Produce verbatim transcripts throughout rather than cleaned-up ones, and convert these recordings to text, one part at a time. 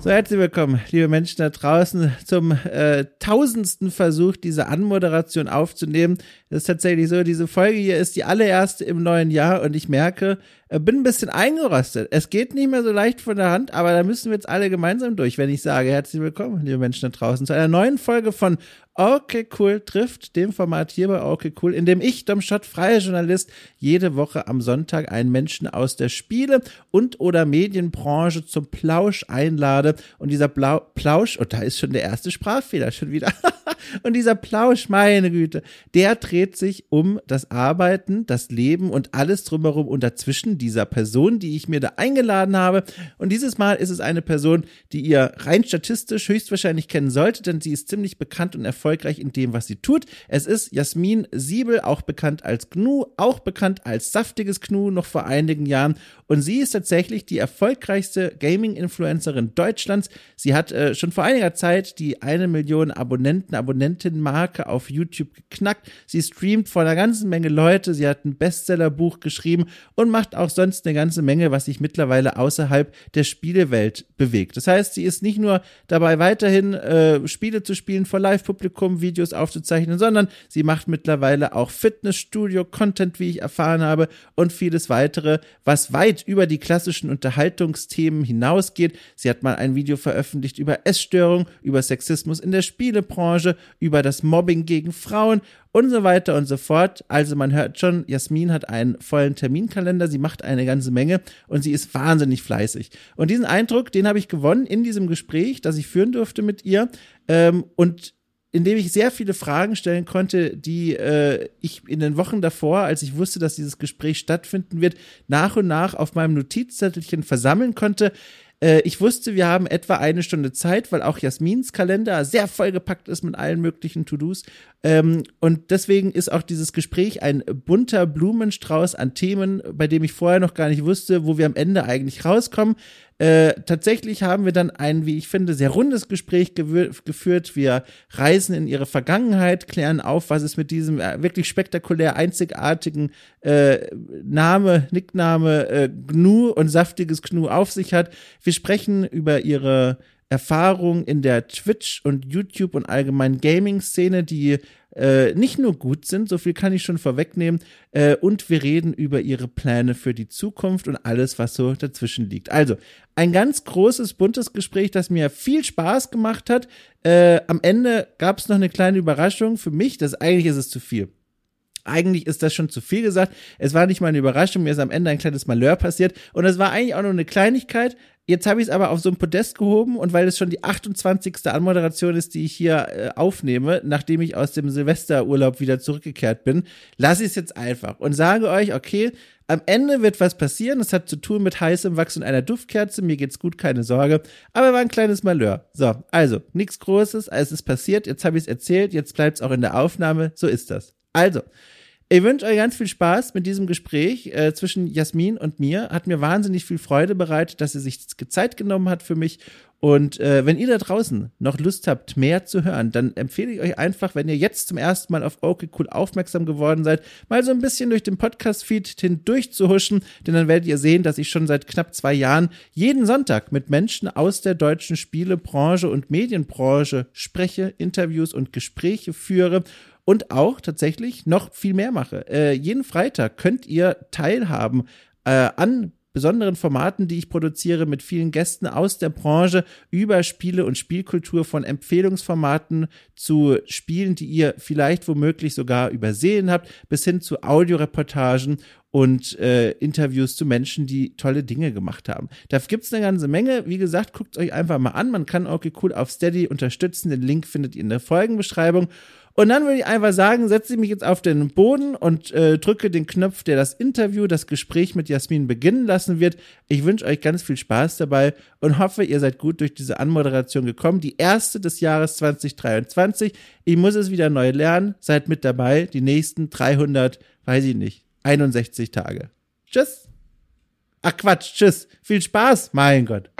So, herzlich willkommen, liebe Menschen da draußen, zum äh, tausendsten Versuch, diese Anmoderation aufzunehmen. Es ist tatsächlich so, diese Folge hier ist die allererste im neuen Jahr und ich merke, äh, bin ein bisschen eingerostet. Es geht nicht mehr so leicht von der Hand, aber da müssen wir jetzt alle gemeinsam durch, wenn ich sage, herzlich willkommen, liebe Menschen da draußen, zu einer neuen Folge von Okay Cool trifft, dem Format hier bei Okay Cool, in dem ich, Dom Schott, freier Journalist, jede Woche am Sonntag einen Menschen aus der Spiele- und oder Medienbranche zum Plausch einlade. Und dieser Blau- Plausch, und da ist schon der erste Sprachfehler schon wieder, und dieser Plausch, meine Güte, der dreht sich um das Arbeiten, das Leben und alles drumherum und dazwischen dieser Person, die ich mir da eingeladen habe. Und dieses Mal ist es eine Person, die ihr rein statistisch höchstwahrscheinlich kennen solltet, denn sie ist ziemlich bekannt und erfolgreich in dem, was sie tut. Es ist Jasmin Siebel, auch bekannt als Gnu, auch bekannt als saftiges Gnu noch vor einigen Jahren. Und sie ist tatsächlich die erfolgreichste Gaming-Influencerin Deutschlands. Sie hat äh, schon vor einiger Zeit die eine Million Abonnenten, Abonnentinnen-Marke auf YouTube geknackt. Sie streamt vor einer ganzen Menge Leute. Sie hat ein Bestsellerbuch geschrieben und macht auch sonst eine ganze Menge, was sich mittlerweile außerhalb der Spielewelt bewegt. Das heißt, sie ist nicht nur dabei, weiterhin äh, Spiele zu spielen vor Live-Publikum, Videos aufzuzeichnen, sondern sie macht mittlerweile auch Fitnessstudio-Content, wie ich erfahren habe, und vieles weitere, was weit über die klassischen Unterhaltungsthemen hinausgeht. Sie hat mal ein Video veröffentlicht über Essstörung, über Sexismus in der Spielebranche, über das Mobbing gegen Frauen und so weiter und so fort. Also man hört schon, Jasmin hat einen vollen Terminkalender, sie macht eine ganze Menge und sie ist wahnsinnig fleißig. Und diesen Eindruck, den habe ich gewonnen in diesem Gespräch, das ich führen durfte mit ihr, ähm, und indem ich sehr viele Fragen stellen konnte, die äh, ich in den Wochen davor, als ich wusste, dass dieses Gespräch stattfinden wird, nach und nach auf meinem Notizzettelchen versammeln konnte. Äh, ich wusste, wir haben etwa eine Stunde Zeit, weil auch Jasmins Kalender sehr vollgepackt ist mit allen möglichen To-Dos. Ähm, und deswegen ist auch dieses Gespräch ein bunter Blumenstrauß an Themen, bei dem ich vorher noch gar nicht wusste, wo wir am Ende eigentlich rauskommen. Äh, tatsächlich haben wir dann ein, wie ich finde, sehr rundes Gespräch gewür- geführt. Wir reisen in ihre Vergangenheit, klären auf, was es mit diesem äh, wirklich spektakulär einzigartigen äh, Name, Nickname äh, Gnu und saftiges Gnu auf sich hat. Wir sprechen über ihre Erfahrung in der Twitch- und YouTube- und allgemein Gaming-Szene, die äh, nicht nur gut sind, so viel kann ich schon vorwegnehmen, äh, und wir reden über ihre Pläne für die Zukunft und alles, was so dazwischen liegt. Also, ein ganz großes, buntes Gespräch, das mir viel Spaß gemacht hat. Äh, am Ende gab es noch eine kleine Überraschung für mich, das eigentlich ist es zu viel. Eigentlich ist das schon zu viel gesagt. Es war nicht mal eine Überraschung, mir ist am Ende ein kleines Malheur passiert und es war eigentlich auch nur eine Kleinigkeit. Jetzt habe ich es aber auf so ein Podest gehoben und weil es schon die achtundzwanzigste Anmoderation ist, die ich hier äh, aufnehme, nachdem ich aus dem Silvesterurlaub wieder zurückgekehrt bin, lasse ich es jetzt einfach und sage euch, okay, am Ende wird was passieren, das hat zu tun mit heißem Wachs und einer Duftkerze, mir geht's gut, keine Sorge, aber war ein kleines Malheur. So, also, nichts Großes, es ist passiert, jetzt habe ich es erzählt, jetzt bleibt es auch in der Aufnahme, so ist das. Also, ich wünsche euch ganz viel Spaß mit diesem Gespräch äh, zwischen Jasmin und mir. Hat mir wahnsinnig viel Freude bereitet, dass sie sich Zeit genommen hat für mich. Und äh, wenn ihr da draußen noch Lust habt, mehr zu hören, dann empfehle ich euch einfach, wenn ihr jetzt zum ersten Mal auf Okay Cool aufmerksam geworden seid, mal so ein bisschen durch den Podcast-Feed hindurch zu huschen, denn dann werdet ihr sehen, dass ich schon seit knapp zwei Jahren jeden Sonntag mit Menschen aus der deutschen Spielebranche und Medienbranche spreche, Interviews und Gespräche führe. Und auch tatsächlich noch viel mehr mache. Äh, jeden Freitag könnt ihr teilhaben äh, an besonderen Formaten, die ich produziere mit vielen Gästen aus der Branche über Spiele und Spielkultur, von Empfehlungsformaten zu Spielen, die ihr vielleicht womöglich sogar übersehen habt, bis hin zu Audioreportagen und äh, Interviews zu Menschen, die tolle Dinge gemacht haben. Da gibt's eine ganze Menge. Wie gesagt, guckt euch einfach mal an. Man kann Okay Cool auf Steady unterstützen. Den Link findet ihr in der Folgenbeschreibung. Und dann würde ich einfach sagen, setze ich mich jetzt auf den Boden und äh, drücke den Knopf, der das Interview, das Gespräch mit Jasmin beginnen lassen wird. Ich wünsche euch ganz viel Spaß dabei und hoffe, ihr seid gut durch diese Anmoderation gekommen. Die erste des Jahres zwanzig dreiundzwanzig. Ich muss es wieder neu lernen. Seid mit dabei. Die nächsten dreihundert, weiß ich nicht, einundsechzig Tage. Tschüss. Ach Quatsch, tschüss. Viel Spaß, mein Gott.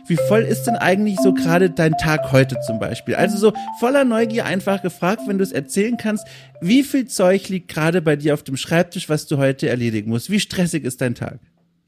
wie voll ist denn eigentlich so gerade dein Tag heute zum Beispiel? Also so voller Neugier einfach gefragt, wenn du es erzählen kannst, wie viel Zeug liegt gerade bei dir auf dem Schreibtisch, was du heute erledigen musst? Wie stressig ist dein Tag?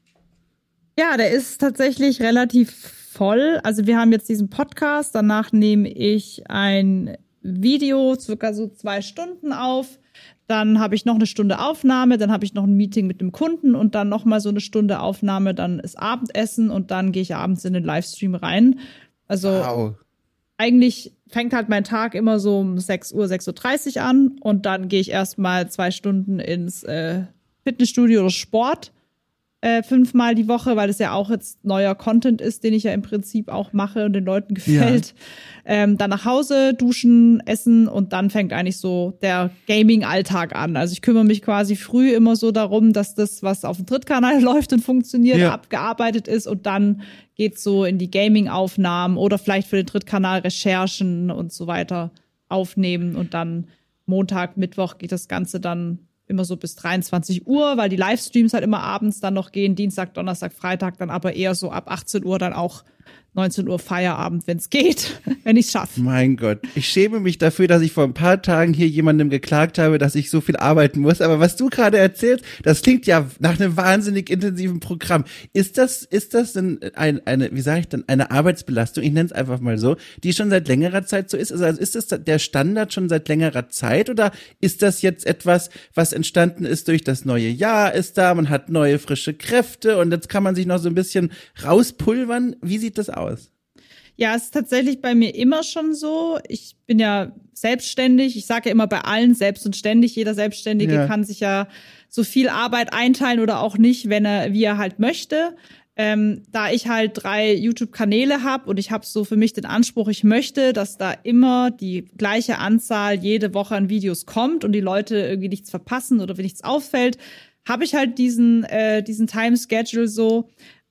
Ja, der ist tatsächlich relativ voll. Also wir haben jetzt diesen Podcast, danach nehme ich ein Video, circa so zwei Stunden auf. Dann habe ich noch eine Stunde Aufnahme, dann habe ich noch ein Meeting mit dem Kunden und dann noch mal so eine Stunde Aufnahme, dann ist Abendessen und dann gehe ich abends in den Livestream rein. Also wow. Eigentlich fängt halt mein Tag immer so um sechs Uhr, sechs Uhr dreißig an und dann gehe ich erstmal zwei Stunden ins äh, Fitnessstudio oder Sport. Äh, fünfmal die Woche, weil es ja auch jetzt neuer Content ist, den ich ja im Prinzip auch mache und den Leuten gefällt. Ja. Ähm, dann nach Hause, duschen, essen und dann fängt eigentlich so der Gaming-Alltag an. Also ich kümmere mich quasi früh immer so darum, dass das, was auf dem Drittkanal läuft und funktioniert, ja. abgearbeitet ist und dann geht's so in die Gaming-Aufnahmen oder vielleicht für den Drittkanal Recherchen und so weiter aufnehmen und dann Montag, Mittwoch geht das Ganze dann immer so bis dreiundzwanzig Uhr, weil die Livestreams halt immer abends dann noch gehen, Dienstag, Donnerstag, Freitag, dann aber eher so ab achtzehn Uhr dann auch neunzehn Uhr Feierabend, wenn es geht, wenn ich es schaffe. Mein Gott, ich schäme mich dafür, dass ich vor ein paar Tagen hier jemandem geklagt habe, dass ich so viel arbeiten muss. Aber was du gerade erzählst, das klingt ja nach einem wahnsinnig intensiven Programm. Ist das, ist das denn ein, eine, wie sage ich denn, eine Arbeitsbelastung? Ich nenne es einfach mal so, die schon seit längerer Zeit so ist. Also ist das der Standard schon seit längerer Zeit oder ist das jetzt etwas, was entstanden ist durch das neue Jahr? Ist da, man hat neue frische Kräfte und jetzt kann man sich noch so ein bisschen rauspulvern. Wie sieht das aus? Ja, es ist tatsächlich bei mir immer schon so. Ich bin ja selbstständig. Ich sage ja immer bei allen selbst und ständig. Jeder Selbstständige ja. kann sich ja so viel Arbeit einteilen oder auch nicht, wenn er, wie er halt möchte. Ähm, da ich halt drei YouTube-Kanäle habe und ich habe so für mich den Anspruch, ich möchte, dass da immer die gleiche Anzahl jede Woche an Videos kommt und die Leute irgendwie nichts verpassen oder wenn nichts auffällt, habe ich halt diesen, äh, diesen Time-Schedule so.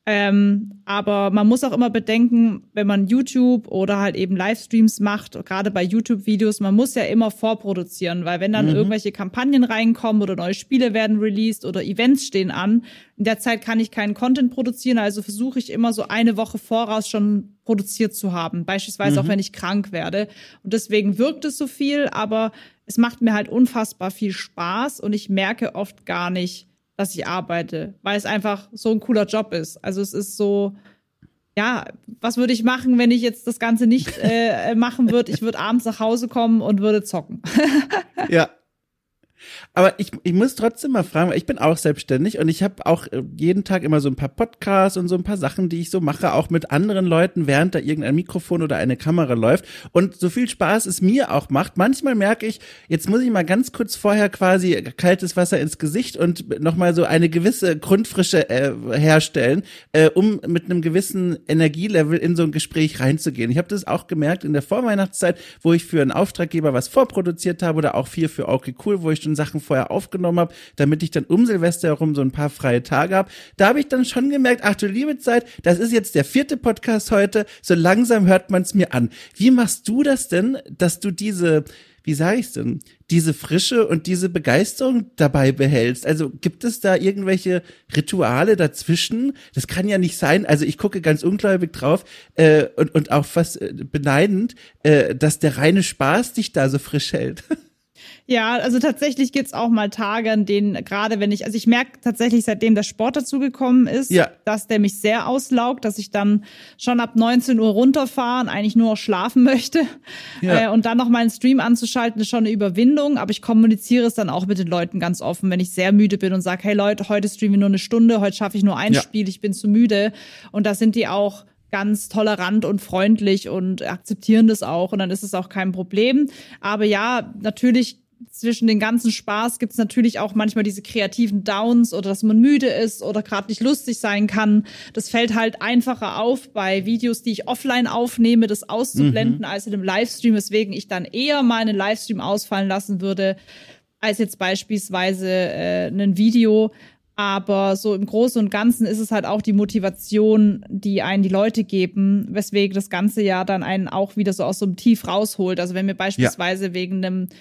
Ähm, aber man muss auch immer bedenken, wenn man YouTube oder halt eben Livestreams macht, gerade bei YouTube-Videos, man muss ja immer vorproduzieren, weil wenn dann mhm. irgendwelche Kampagnen reinkommen oder neue Spiele werden released oder Events stehen an, in der Zeit kann ich keinen Content produzieren, also versuche ich immer so eine Woche voraus schon produziert zu haben, beispielsweise mhm. auch wenn ich krank werde. Und deswegen wirkt es so viel, aber es macht mir halt unfassbar viel Spaß und ich merke oft gar nicht, dass ich arbeite, weil es einfach so ein cooler Job ist. Also es ist so, ja, was würde ich machen, wenn ich jetzt das Ganze nicht äh, machen würde? Ich würde abends nach Hause kommen und würde zocken. Ja. Aber ich, ich muss trotzdem mal fragen, weil ich bin auch selbstständig und ich habe auch jeden Tag immer so ein paar Podcasts und so ein paar Sachen, die ich so mache, auch mit anderen Leuten, während da irgendein Mikrofon oder eine Kamera läuft. Und so viel Spaß es mir auch macht, manchmal merke ich, jetzt muss ich mal ganz kurz vorher quasi kaltes Wasser ins Gesicht und nochmal so eine gewisse Grundfrische äh, herstellen, äh, um mit einem gewissen Energielevel in so ein Gespräch reinzugehen. Ich habe das auch gemerkt in der Vorweihnachtszeit, wo ich für einen Auftraggeber was vorproduziert habe oder auch viel für Okay Cool, wo ich schon Sachen vorher aufgenommen habe, damit ich dann um Silvester herum so ein paar freie Tage habe. Da habe ich dann schon gemerkt, ach du liebe Zeit, das ist jetzt der vierte Podcast heute, so langsam hört man es mir an. Wie machst du das denn, dass du diese, wie sage ich's denn, diese Frische und diese Begeisterung dabei behältst? Also gibt es da irgendwelche Rituale dazwischen? Das kann ja nicht sein, also ich gucke ganz ungläubig drauf äh, und, und auch fast äh, beneidend, äh, dass der reine Spaß dich da so frisch hält. Ja, also tatsächlich gibt's auch mal Tage, an denen gerade wenn ich, also ich merke tatsächlich, seitdem der Sport dazugekommen ist, ja. dass der mich sehr auslaugt, dass ich dann schon ab neunzehn Uhr runterfahre und eigentlich nur noch schlafen möchte. Ja. Äh, und dann noch mal einen Stream anzuschalten, ist schon eine Überwindung, aber ich kommuniziere es dann auch mit den Leuten ganz offen, wenn ich sehr müde bin und sage, hey Leute, heute streamen wir nur eine Stunde, heute schaffe ich nur ein ja. Spiel, ich bin zu müde. Und da sind die auch ganz tolerant und freundlich und akzeptieren das auch und dann ist es auch kein Problem. Aber ja, natürlich zwischen den ganzen Spaß gibt's natürlich auch manchmal diese kreativen Downs oder dass man müde ist oder gerade nicht lustig sein kann. Das fällt halt einfacher auf bei Videos, die ich offline aufnehme, das auszublenden, mhm. als in einem Livestream, weswegen ich dann eher mal einen Livestream ausfallen lassen würde, als jetzt beispielsweise äh, ein Video. Aber so im Großen und Ganzen ist es halt auch die Motivation, die einen die Leute geben, weswegen das ganze Jahr dann einen auch wieder so aus so einem Tief rausholt. Also wenn mir beispielsweise ja. wegen einem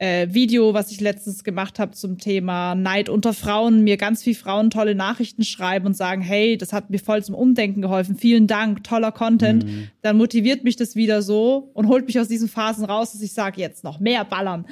äh, Video, was ich letztens gemacht habe zum Thema Neid unter Frauen, mir ganz viele Frauen tolle Nachrichten schreiben und sagen, hey, das hat mir voll zum Umdenken geholfen, vielen Dank, toller Content, mhm. dann motiviert mich das wieder so und holt mich aus diesen Phasen raus, dass ich sage, jetzt noch mehr ballern.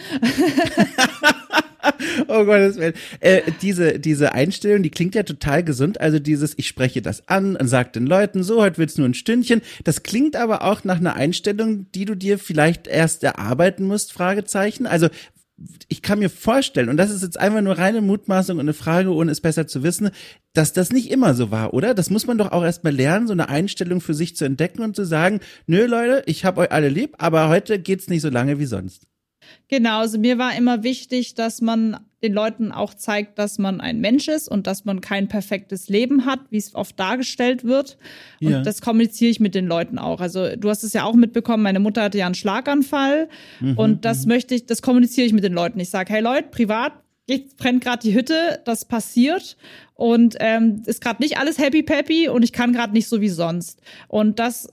Oh Gottes Willen. Äh, diese, diese Einstellung, die klingt ja total gesund. Also dieses, ich spreche das an und sage den Leuten so, heute wird's nur ein Stündchen. Das klingt aber auch nach einer Einstellung, die du dir vielleicht erst erarbeiten musst, Fragezeichen. Also ich kann mir vorstellen, und das ist jetzt einfach nur reine Mutmaßung und eine Frage, ohne es besser zu wissen, dass das nicht immer so war, oder? Das muss man doch auch erstmal lernen, so eine Einstellung für sich zu entdecken und zu sagen, nö Leute, ich hab euch alle lieb, aber heute geht's nicht so lange wie sonst. Genau, also mir war immer wichtig, dass man den Leuten auch zeigt, dass man ein Mensch ist und dass man kein perfektes Leben hat, wie es oft dargestellt wird. Und ja. das kommuniziere ich mit den Leuten auch. Also du hast es ja auch mitbekommen, meine Mutter hatte ja einen Schlaganfall mhm, und das mhm. möchte ich, das kommuniziere ich mit den Leuten. Ich sage, hey Leute, privat, jetzt brennt gerade die Hütte, das passiert und ähm, ist gerade nicht alles happy peppy und ich kann gerade nicht so wie sonst. Und das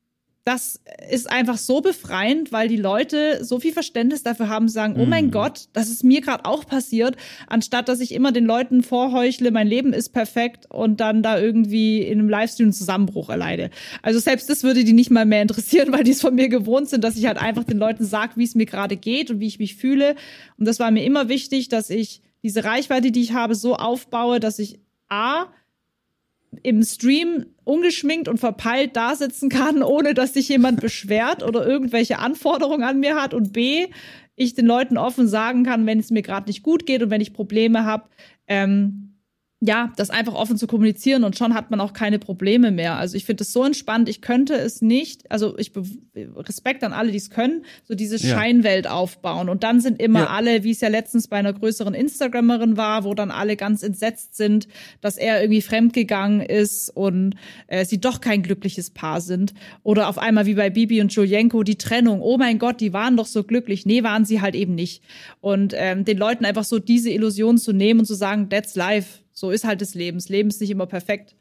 Das ist einfach so befreiend, weil die Leute so viel Verständnis dafür haben, sagen, oh mein mm. Gott, das ist mir gerade auch passiert, anstatt dass ich immer den Leuten vorheuchle, mein Leben ist perfekt und dann da irgendwie in einem Livestream einen Zusammenbruch erleide. Also selbst das würde die nicht mal mehr interessieren, weil die es von mir gewohnt sind, dass ich halt einfach den Leuten sage, wie es mir gerade geht und wie ich mich fühle. Und das war mir immer wichtig, dass ich diese Reichweite, die ich habe, so aufbaue, dass ich A, im Stream ungeschminkt und verpeilt da sitzen kann, ohne dass sich jemand beschwert oder irgendwelche Anforderungen an mir hat und B, ich den Leuten offen sagen kann, wenn es mir gerade nicht gut geht und wenn ich Probleme habe, ähm, ja, das einfach offen zu kommunizieren und schon hat man auch keine Probleme mehr. Also ich finde es so entspannt, ich könnte es nicht, also ich be- Respekt an alle, die es können, so diese ja. Scheinwelt aufbauen und dann sind immer ja. alle, wie es ja letztens bei einer größeren Instagrammerin war, wo dann alle ganz entsetzt sind, dass er irgendwie fremdgegangen ist und äh, sie doch kein glückliches Paar sind oder auf einmal wie bei Bibi und Julienko die Trennung, oh mein Gott, die waren doch so glücklich, nee, waren sie halt eben nicht und ähm, den Leuten einfach so diese Illusion zu nehmen und zu sagen, that's life. So ist halt das Leben. Das Leben ist nicht immer perfekt.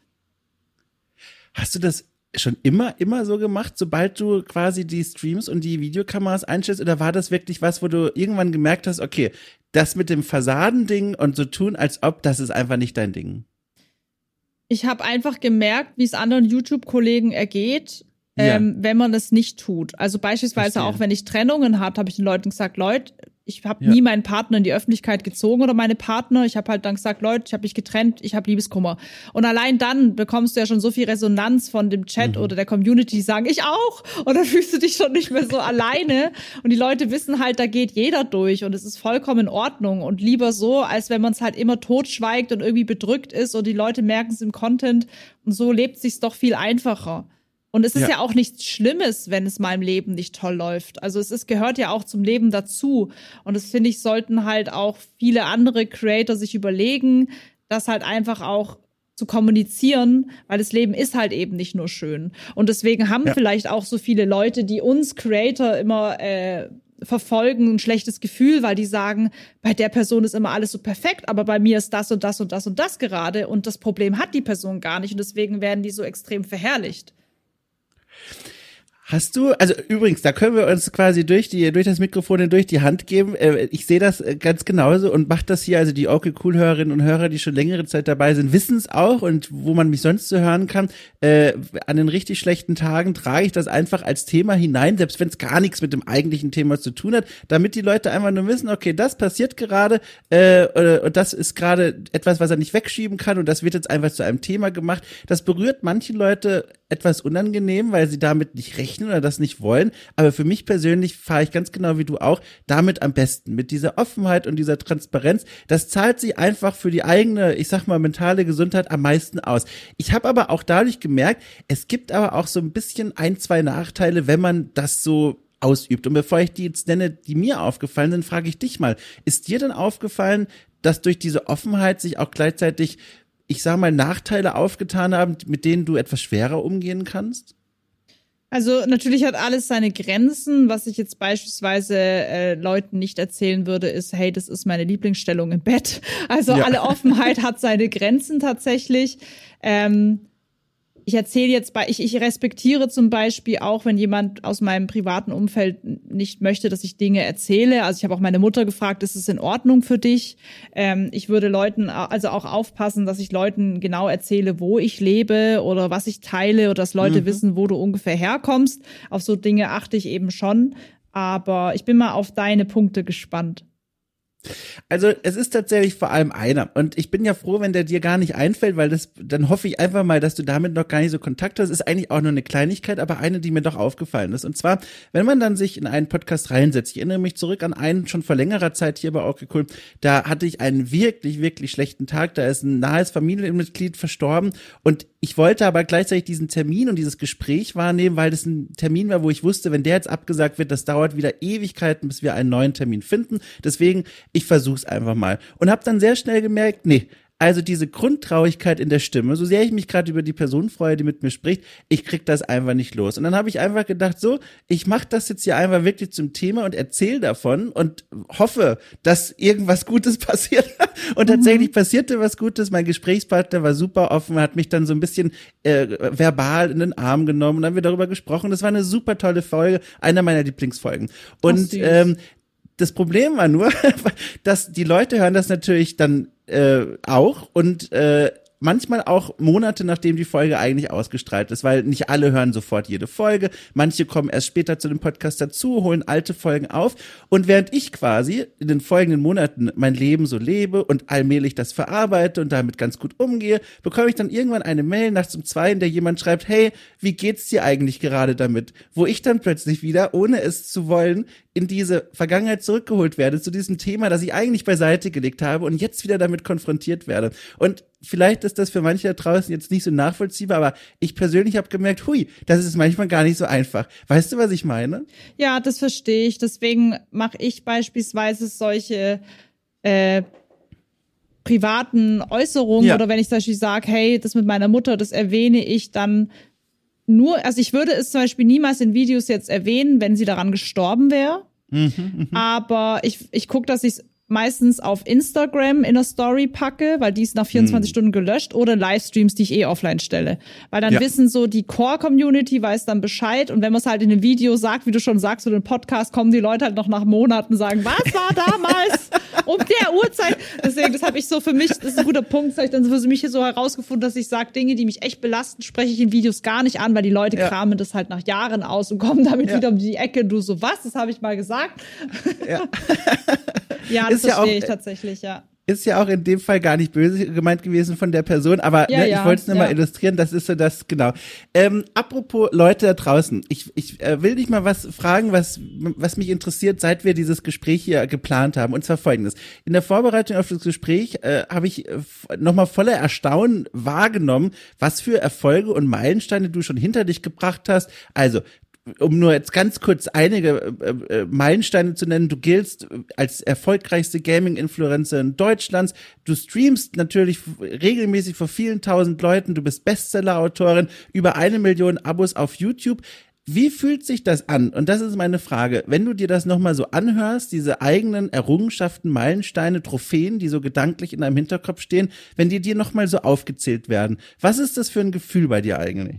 Hast du das schon immer, immer so gemacht, sobald du quasi die Streams und die Videokameras einstellst? Oder war das wirklich was, wo du irgendwann gemerkt hast, okay, das mit dem Fassadending und so tun, als ob, das ist einfach nicht dein Ding? Ich habe einfach gemerkt, wie es anderen YouTube-Kollegen ergeht, ja. ähm, wenn man es nicht tut. Also beispielsweise Verstehe. Auch, wenn ich Trennungen hatte, habe ich den Leuten gesagt, Leute, ich habe ja. nie meinen Partner in die Öffentlichkeit gezogen oder meine Partner. Ich habe halt dann gesagt, Leute, ich habe mich getrennt, ich habe Liebeskummer. Und allein dann bekommst du ja schon so viel Resonanz von dem Chat mhm. oder der Community, die sagen, ich auch. Und dann fühlst du dich schon nicht mehr so alleine. Und die Leute wissen halt, da geht jeder durch und es ist vollkommen in Ordnung. Und lieber so, als wenn man es halt immer totschweigt und irgendwie bedrückt ist und die Leute merken es im Content. Und so lebt sich's doch viel einfacher. Und es ist ja. ja auch nichts Schlimmes, wenn es mal im Leben nicht toll läuft. Also es ist, gehört ja auch zum Leben dazu. Und das, finde ich, sollten halt auch viele andere Creator sich überlegen, das halt einfach auch zu kommunizieren, weil das Leben ist halt eben nicht nur schön. Und deswegen haben ja. vielleicht auch so viele Leute, die uns Creator immer äh, verfolgen, ein schlechtes Gefühl, weil die sagen, bei der Person ist immer alles so perfekt, aber bei mir ist das und das und das und das gerade. Und das Problem hat die Person gar nicht. Und deswegen werden die so extrem verherrlicht. Hast du, also übrigens, da können wir uns quasi durch die durch das Mikrofon durch die Hand geben. Ich sehe das ganz genauso und mache das hier, also die Okay Cool Hörerinnen und Hörer, die schon längere Zeit dabei sind, wissen es auch und wo man mich sonst so hören kann. Äh, an den richtig schlechten Tagen trage ich das einfach als Thema hinein, selbst wenn es gar nichts mit dem eigentlichen Thema zu tun hat, damit die Leute einfach nur wissen, okay, das passiert gerade äh, und das ist gerade etwas, was er nicht wegschieben kann und das wird jetzt einfach zu einem Thema gemacht. Das berührt manche Leute etwas unangenehm, weil sie damit nicht rechnen oder das nicht wollen, aber für mich persönlich fahre ich ganz genau wie du auch damit am besten, mit dieser Offenheit und dieser Transparenz. Das zahlt sich einfach für die eigene, ich sag mal, mentale Gesundheit am meisten aus. Ich habe aber auch dadurch gemerkt, es gibt aber auch so ein bisschen ein, zwei Nachteile, wenn man das so ausübt. Und bevor ich die jetzt nenne, die mir aufgefallen sind, frage ich dich mal, ist dir denn aufgefallen, dass durch diese Offenheit sich auch gleichzeitig, ich sag mal, Nachteile aufgetan haben, mit denen du etwas schwerer umgehen kannst? Also natürlich hat alles seine Grenzen. Was ich jetzt beispielsweise äh, Leuten nicht erzählen würde, ist, hey, das ist meine Lieblingsstellung im Bett. Also ja. alle Offenheit hat seine Grenzen tatsächlich. Ähm, ich erzähle jetzt bei, ich, ich respektiere zum Beispiel auch, wenn jemand aus meinem privaten Umfeld nicht möchte, dass ich Dinge erzähle. Also ich habe auch meine Mutter gefragt, ist es in Ordnung für dich? Ähm, ich würde Leuten also auch aufpassen, dass ich Leuten genau erzähle, wo ich lebe oder was ich teile oder dass Leute mhm. wissen, wo du ungefähr herkommst. Auf so Dinge achte ich eben schon. Aber ich bin mal auf deine Punkte gespannt. Also es ist tatsächlich vor allem einer und ich bin ja froh, wenn der dir gar nicht einfällt, weil das, dann hoffe ich einfach mal, dass du damit noch gar nicht so Kontakt hast. Ist eigentlich auch nur eine Kleinigkeit, aber eine, die mir doch aufgefallen ist. Und zwar, wenn man dann sich in einen Podcast reinsetzt, ich erinnere mich zurück an einen schon vor längerer Zeit hier bei Orky Cool, da hatte ich einen wirklich, wirklich schlechten Tag, da ist ein nahes Familienmitglied verstorben und ich wollte aber gleichzeitig diesen Termin und dieses Gespräch wahrnehmen, weil das ein Termin war, wo ich wusste, wenn der jetzt abgesagt wird, das dauert wieder Ewigkeiten, bis wir einen neuen Termin finden. Deswegen, ich versuch's einfach mal. Und habe dann sehr schnell gemerkt, nee, also diese Grundtraurigkeit in der Stimme, so sehr ich mich gerade über die Person freue, die mit mir spricht, ich krieg das einfach nicht los. Und dann habe ich einfach gedacht, so, ich mache das jetzt hier einfach wirklich zum Thema und erzähle davon und hoffe, dass irgendwas Gutes passiert. Und tatsächlich mhm. passierte was Gutes. Mein Gesprächspartner war super offen, hat mich dann so ein bisschen äh, verbal in den Arm genommen und dann haben wir darüber gesprochen. Das war eine super tolle Folge, einer meiner Lieblingsfolgen. Und ähm, das Problem war nur, dass die Leute hören das natürlich dann äh, auch und äh, manchmal auch Monate, nachdem die Folge eigentlich ausgestrahlt ist, weil nicht alle hören sofort jede Folge, manche kommen erst später zu dem Podcast dazu, holen alte Folgen auf und während ich quasi in den folgenden Monaten mein Leben so lebe und allmählich das verarbeite und damit ganz gut umgehe, bekomme ich dann irgendwann eine Mail nachts um zwei, in der jemand schreibt, hey, wie geht's dir eigentlich gerade damit? Wo ich dann plötzlich wieder, ohne es zu wollen, in diese Vergangenheit zurückgeholt werde, zu diesem Thema, das ich eigentlich beiseite gelegt habe und jetzt wieder damit konfrontiert werde. Und vielleicht ist das für manche da draußen jetzt nicht so nachvollziehbar, aber ich persönlich habe gemerkt, hui, das ist manchmal gar nicht so einfach. Weißt du, was ich meine? Ja, das verstehe ich. Deswegen mache ich beispielsweise solche äh, privaten Äußerungen ja. oder wenn ich zum Beispiel sage, hey, das mit meiner Mutter, das erwähne ich dann nur, also ich würde es zum Beispiel niemals in Videos jetzt erwähnen, wenn sie daran gestorben wäre. Mhm, aber ich, ich gucke, dass ich es meistens auf Instagram in der Story packe, weil die ist nach vierundzwanzig mhm. Stunden gelöscht oder Livestreams, die ich eh offline stelle. Weil dann ja. wissen so, die Core-Community weiß dann Bescheid und wenn man es halt in einem Video sagt, wie du schon sagst, so den Podcast, kommen die Leute halt noch nach Monaten und sagen, was war damals um der Uhrzeit? Deswegen, das habe ich so für mich, das ist ein guter Punkt, das habe ich dann für mich hier so herausgefunden, dass ich sage, Dinge, die mich echt belasten, spreche ich in Videos gar nicht an, weil die Leute ja. kramen das halt nach Jahren aus und kommen damit ja. wieder um die Ecke. Du so, was? Das habe ich mal gesagt. Ja. Ja, das verstehe ja ich tatsächlich, ja. Ist ja auch in dem Fall gar nicht böse gemeint gewesen von der Person, aber ja, ne, ja, ich wollte es nur ja. mal illustrieren, das ist so das, genau. Ähm, apropos Leute da draußen, ich, ich äh, will dich mal was fragen, was, was mich interessiert, seit wir dieses Gespräch hier geplant haben, und zwar Folgendes. In der Vorbereitung auf das Gespräch äh, habe ich äh, nochmal voller Erstaunen wahrgenommen, was für Erfolge und Meilensteine du schon hinter dich gebracht hast. Also, um nur jetzt ganz kurz einige äh, äh, Meilensteine zu nennen, du giltst als erfolgreichste Gaming-Influencerin Deutschlands, du streamst natürlich regelmäßig vor vielen tausend Leuten, du bist Bestseller-Autorin, über eine Million Abos auf YouTube. Wie fühlt sich das an? Und das ist meine Frage. Wenn du dir das nochmal so anhörst, diese eigenen Errungenschaften, Meilensteine, Trophäen, die so gedanklich in deinem Hinterkopf stehen, wenn die dir nochmal so aufgezählt werden, was ist das für ein Gefühl bei dir eigentlich?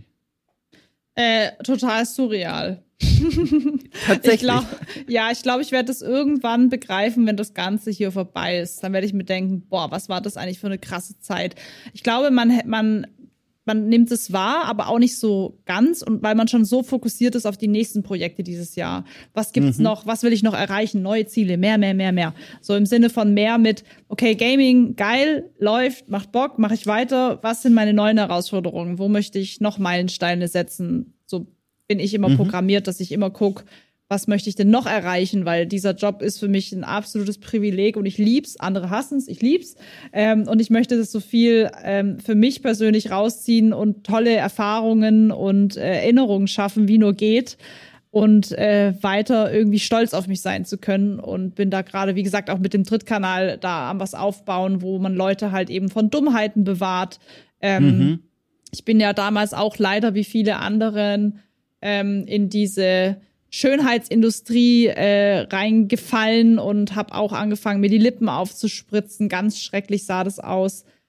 Äh, total surreal. Tatsächlich. Ich glaub, ja, ich glaube, ich werde das irgendwann begreifen, wenn das Ganze hier vorbei ist. Dann werde ich mir denken, boah, was war das eigentlich für eine krasse Zeit? Ich glaube, man, man, man nimmt es wahr, aber auch nicht so ganz und weil man schon so fokussiert ist auf die nächsten Projekte dieses Jahr. Was gibt's mhm. noch? Was will ich noch erreichen? Neue Ziele, mehr, mehr, mehr, mehr. So im Sinne von mehr mit, okay, Gaming, geil, läuft, macht Bock, mache ich weiter. Was sind meine neuen Herausforderungen? Wo möchte ich noch Meilensteine setzen? So bin ich immer mhm. programmiert, dass ich immer gucke, was möchte ich denn noch erreichen? Weil dieser Job ist für mich ein absolutes Privileg und ich lieb's. Andere hassen's, ich lieb's. Ähm, und ich möchte das so viel ähm, für mich persönlich rausziehen und tolle Erfahrungen und äh, Erinnerungen schaffen, wie nur geht. Und äh, weiter irgendwie stolz auf mich sein zu können. Und bin da gerade, wie gesagt, auch mit dem Drittkanal da am was aufbauen, wo man Leute halt eben von Dummheiten bewahrt. Ähm, mhm. Ich bin ja damals auch leider wie viele anderen ähm, in diese Schönheitsindustrie äh, reingefallen und habe auch angefangen, mir die Lippen aufzuspritzen. Ganz schrecklich sah das aus.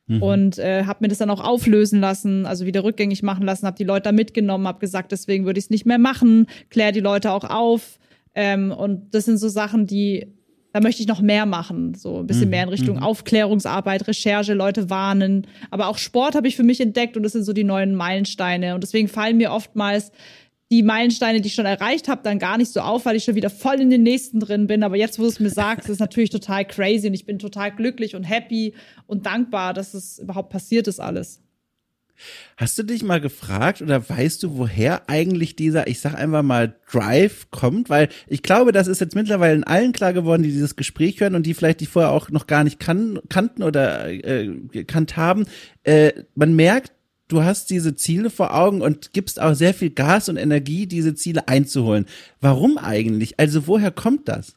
Mhm. Und äh, habe mir das dann auch auflösen lassen, also wieder rückgängig machen lassen, habe die Leute da mitgenommen, habe gesagt, deswegen würde ich es nicht mehr machen, klär die Leute auch auf. Ähm, und das sind so Sachen, die, da möchte ich noch mehr machen, so ein bisschen mhm. mehr in Richtung mhm. Aufklärungsarbeit, Recherche, Leute warnen. Aber auch Sport habe ich für mich entdeckt und das sind so die neuen Meilensteine. Und deswegen fallen mir oftmals die Meilensteine, die ich schon erreicht habe, dann gar nicht so auf, weil ich schon wieder voll in den nächsten drin bin. Aber jetzt, wo du es mir sagst, ist es natürlich total crazy und ich bin total glücklich und happy und dankbar, dass es überhaupt passiert ist alles. Hast du dich mal gefragt oder weißt du, woher eigentlich dieser, ich sag einfach mal, Drive kommt? Weil ich glaube, das ist jetzt mittlerweile allen klar geworden, die dieses Gespräch hören und die vielleicht die vorher auch noch gar nicht kan- kannten oder äh, gekannt haben. Äh, man merkt, du hast diese Ziele vor Augen und gibst auch sehr viel Gas und Energie, diese Ziele einzuholen. Warum eigentlich? Also woher kommt das?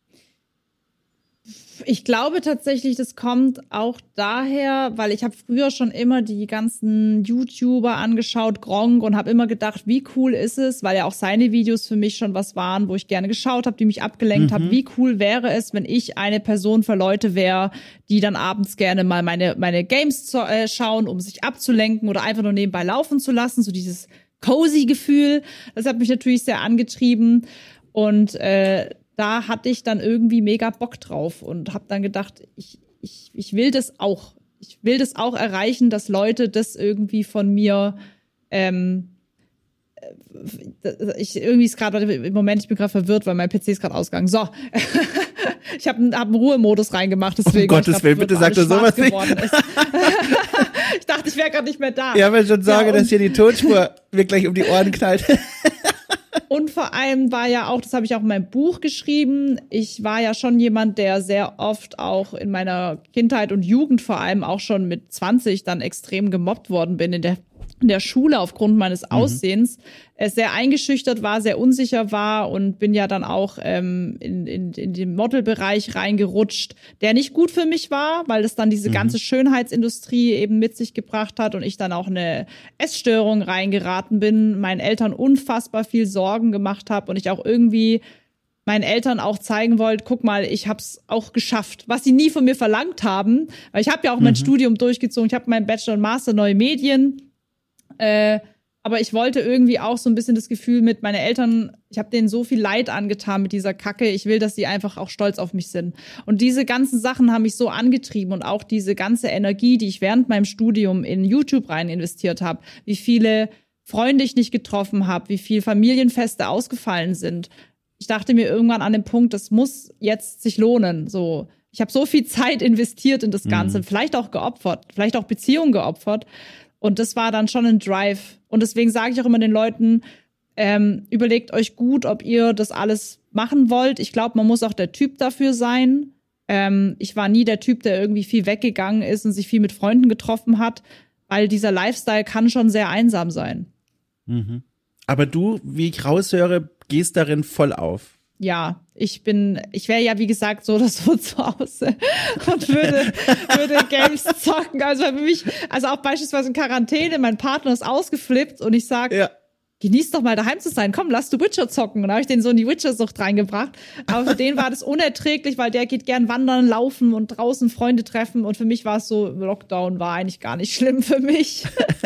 Ich glaube tatsächlich, das kommt auch daher, weil ich habe früher schon immer die ganzen YouTuber angeschaut, Gronkh, und habe immer gedacht, wie cool ist es, weil ja auch seine Videos für mich schon was waren, wo ich gerne geschaut habe, die mich abgelenkt mhm. haben. Wie cool wäre es, wenn ich eine Person für Leute wäre, die dann abends gerne mal meine meine Games zu, äh, schauen, um sich abzulenken oder einfach nur nebenbei laufen zu lassen, so dieses cozy Gefühl. Das hat mich natürlich sehr angetrieben und äh, da hatte ich dann irgendwie mega Bock drauf und habe dann gedacht, ich, ich, ich will das auch. Ich will das auch erreichen, dass Leute das irgendwie von mir ähm, ich irgendwie ist gerade im Moment, ich bin gerade verwirrt, weil mein P C ist gerade ausgegangen. So, ich habe hab einen Ruhemodus reingemacht, deswegen. Um Gottes Willen, bitte sag doch sowas nicht. Ich dachte, ich wäre gerade nicht mehr da. Ja, wenn ich schon sage, ja, dass hier die Tonspur mir gleich um die Ohren knallt. Und vor allem war ja auch, das habe ich auch in meinem Buch geschrieben, ich war ja schon jemand, der sehr oft auch in meiner Kindheit und Jugend vor allem auch schon mit zwanzig dann extrem gemobbt worden bin in der in der Schule aufgrund meines Aussehens, mhm. sehr eingeschüchtert war, sehr unsicher war und bin ja dann auch ähm, in, in, in den Modelbereich reingerutscht, der nicht gut für mich war, weil es dann diese mhm. ganze Schönheitsindustrie eben mit sich gebracht hat und ich dann auch eine Essstörung reingeraten bin, meinen Eltern unfassbar viel Sorgen gemacht habe und ich auch irgendwie meinen Eltern auch zeigen wollte, guck mal, ich hab's auch geschafft, was sie nie von mir verlangt haben, weil ich habe ja auch mhm. mein Studium durchgezogen, ich habe meinen Bachelor und Master Neue Medien. Äh, aber ich wollte irgendwie auch so ein bisschen das Gefühl mit meinen Eltern, ich habe denen so viel Leid angetan mit dieser Kacke, ich will, dass sie einfach auch stolz auf mich sind. Und diese ganzen Sachen haben mich so angetrieben und auch diese ganze Energie, die ich während meinem Studium in YouTube rein investiert habe, wie viele Freunde ich nicht getroffen habe, wie viel Familienfeste ausgefallen sind. Ich dachte mir irgendwann an dem Punkt, das muss jetzt sich lohnen. So, ich habe so viel Zeit investiert in das Ganze, mhm. vielleicht auch geopfert, vielleicht auch Beziehungen geopfert. Und das war dann schon ein Drive. Und deswegen sage ich auch immer den Leuten, ähm, überlegt euch gut, ob ihr das alles machen wollt. Ich glaube, man muss auch der Typ dafür sein. Ähm, ich war nie der Typ, der irgendwie viel weggegangen ist und sich viel mit Freunden getroffen hat, weil dieser Lifestyle kann schon sehr einsam sein. Mhm. Aber du, wie ich raushöre, gehst darin voll auf. Ja, ich bin, ich wäre ja wie gesagt so oder so zu Hause und würde, würde Games zocken. Also für mich, also auch beispielsweise in Quarantäne, mein Partner ist ausgeflippt und ich sag, ja. genieß doch mal daheim zu sein, komm, lass du Witcher zocken. Und da habe ich den so in die Witcher-Sucht reingebracht. Aber für den war das unerträglich, weil der geht gern wandern, laufen und draußen Freunde treffen. Und für mich war es so, Lockdown war eigentlich gar nicht schlimm für mich.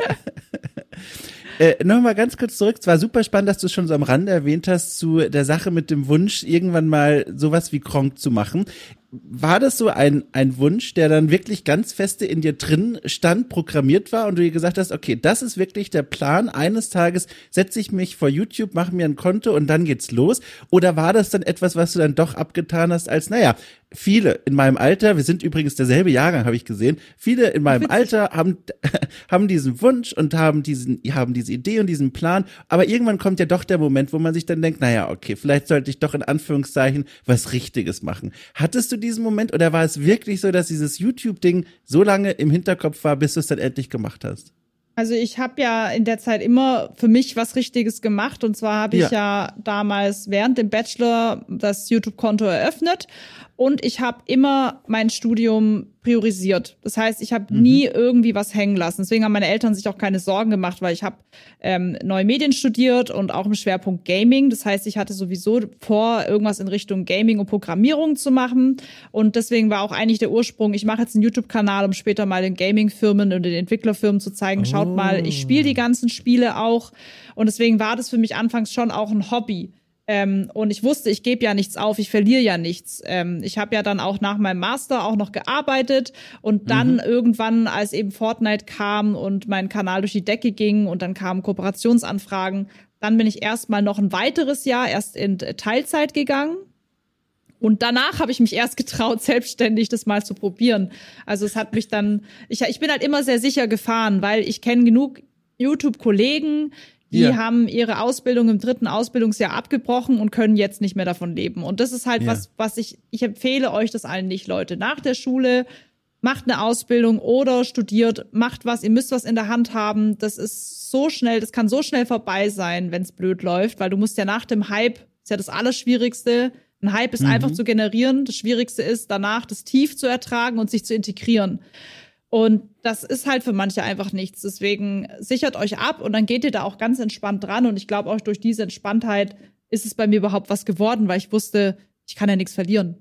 Äh, noch mal ganz kurz zurück. Es war super spannend, dass du es schon so am Rande erwähnt hast zu der Sache mit dem Wunsch, irgendwann mal sowas wie Gronkh zu machen. War das so ein ein Wunsch, der dann wirklich ganz feste in dir drin stand, programmiert war und du dir gesagt hast, okay, das ist wirklich der Plan, eines Tages setze ich mich vor YouTube, mache mir ein Konto und dann geht's los? Oder war das dann etwas, was du dann doch abgetan hast als, naja, viele in meinem Alter, wir sind übrigens derselbe Jahrgang, habe ich gesehen, viele in meinem Alter haben haben diesen Wunsch und haben diesen haben diese Idee und diesen Plan, aber irgendwann kommt ja doch der Moment, wo man sich dann denkt, naja, okay, vielleicht sollte ich doch in Anführungszeichen was Richtiges machen. Hattest du diesen Moment oder war es wirklich so, dass dieses YouTube-Ding so lange im Hinterkopf war, bis du es dann endlich gemacht hast? Also ich habe ja in der Zeit immer für mich was Richtiges gemacht und zwar habe ich ja. ja damals während dem Bachelor das YouTube-Konto eröffnet und ich habe immer mein Studium priorisiert. Das heißt, ich habe Mhm. nie irgendwie was hängen lassen. Deswegen haben meine Eltern sich auch keine Sorgen gemacht, weil ich habe ähm, neue Medien studiert und auch im Schwerpunkt Gaming. Das heißt, ich hatte sowieso vor, irgendwas in Richtung Gaming und Programmierung zu machen. Und deswegen war auch eigentlich der Ursprung, ich mache jetzt einen YouTube-Kanal, um später mal den Gaming-Firmen und den Entwicklerfirmen zu zeigen, schaut Oh. mal, ich spiele die ganzen Spiele auch. Und deswegen war das für mich anfangs schon auch ein Hobby. Ähm, und ich wusste, ich gebe ja nichts auf, ich verliere ja nichts. Ähm, ich habe ja dann auch nach meinem Master auch noch gearbeitet und dann Mhm. irgendwann, als eben Fortnite kam und mein Kanal durch die Decke ging und dann kamen Kooperationsanfragen, dann bin ich erst mal noch ein weiteres Jahr erst in Teilzeit gegangen. Und danach habe ich mich erst getraut, selbstständig das mal zu probieren. Also es hat mich dann, ich, ich bin halt immer sehr sicher gefahren, weil ich kenne genug YouTube-Kollegen, die Ja. haben ihre Ausbildung im dritten Ausbildungsjahr abgebrochen und können jetzt nicht mehr davon leben. Und das ist halt Ja. was, was ich, ich empfehle euch das allen nicht, Leute. Nach der Schule macht eine Ausbildung oder studiert, macht was, ihr müsst was in der Hand haben. Das ist so schnell, das kann so schnell vorbei sein, wenn es blöd läuft, weil du musst ja nach dem Hype, ist ja das Allerschwierigste. Ein Hype ist Mhm. einfach zu generieren. Das Schwierigste ist, danach das Tief zu ertragen und sich zu integrieren. Und das ist halt für manche einfach nichts. Deswegen sichert euch ab und dann geht ihr da auch ganz entspannt dran. Und ich glaube, auch durch diese Entspanntheit ist es bei mir überhaupt was geworden, weil ich wusste, ich kann ja nichts verlieren.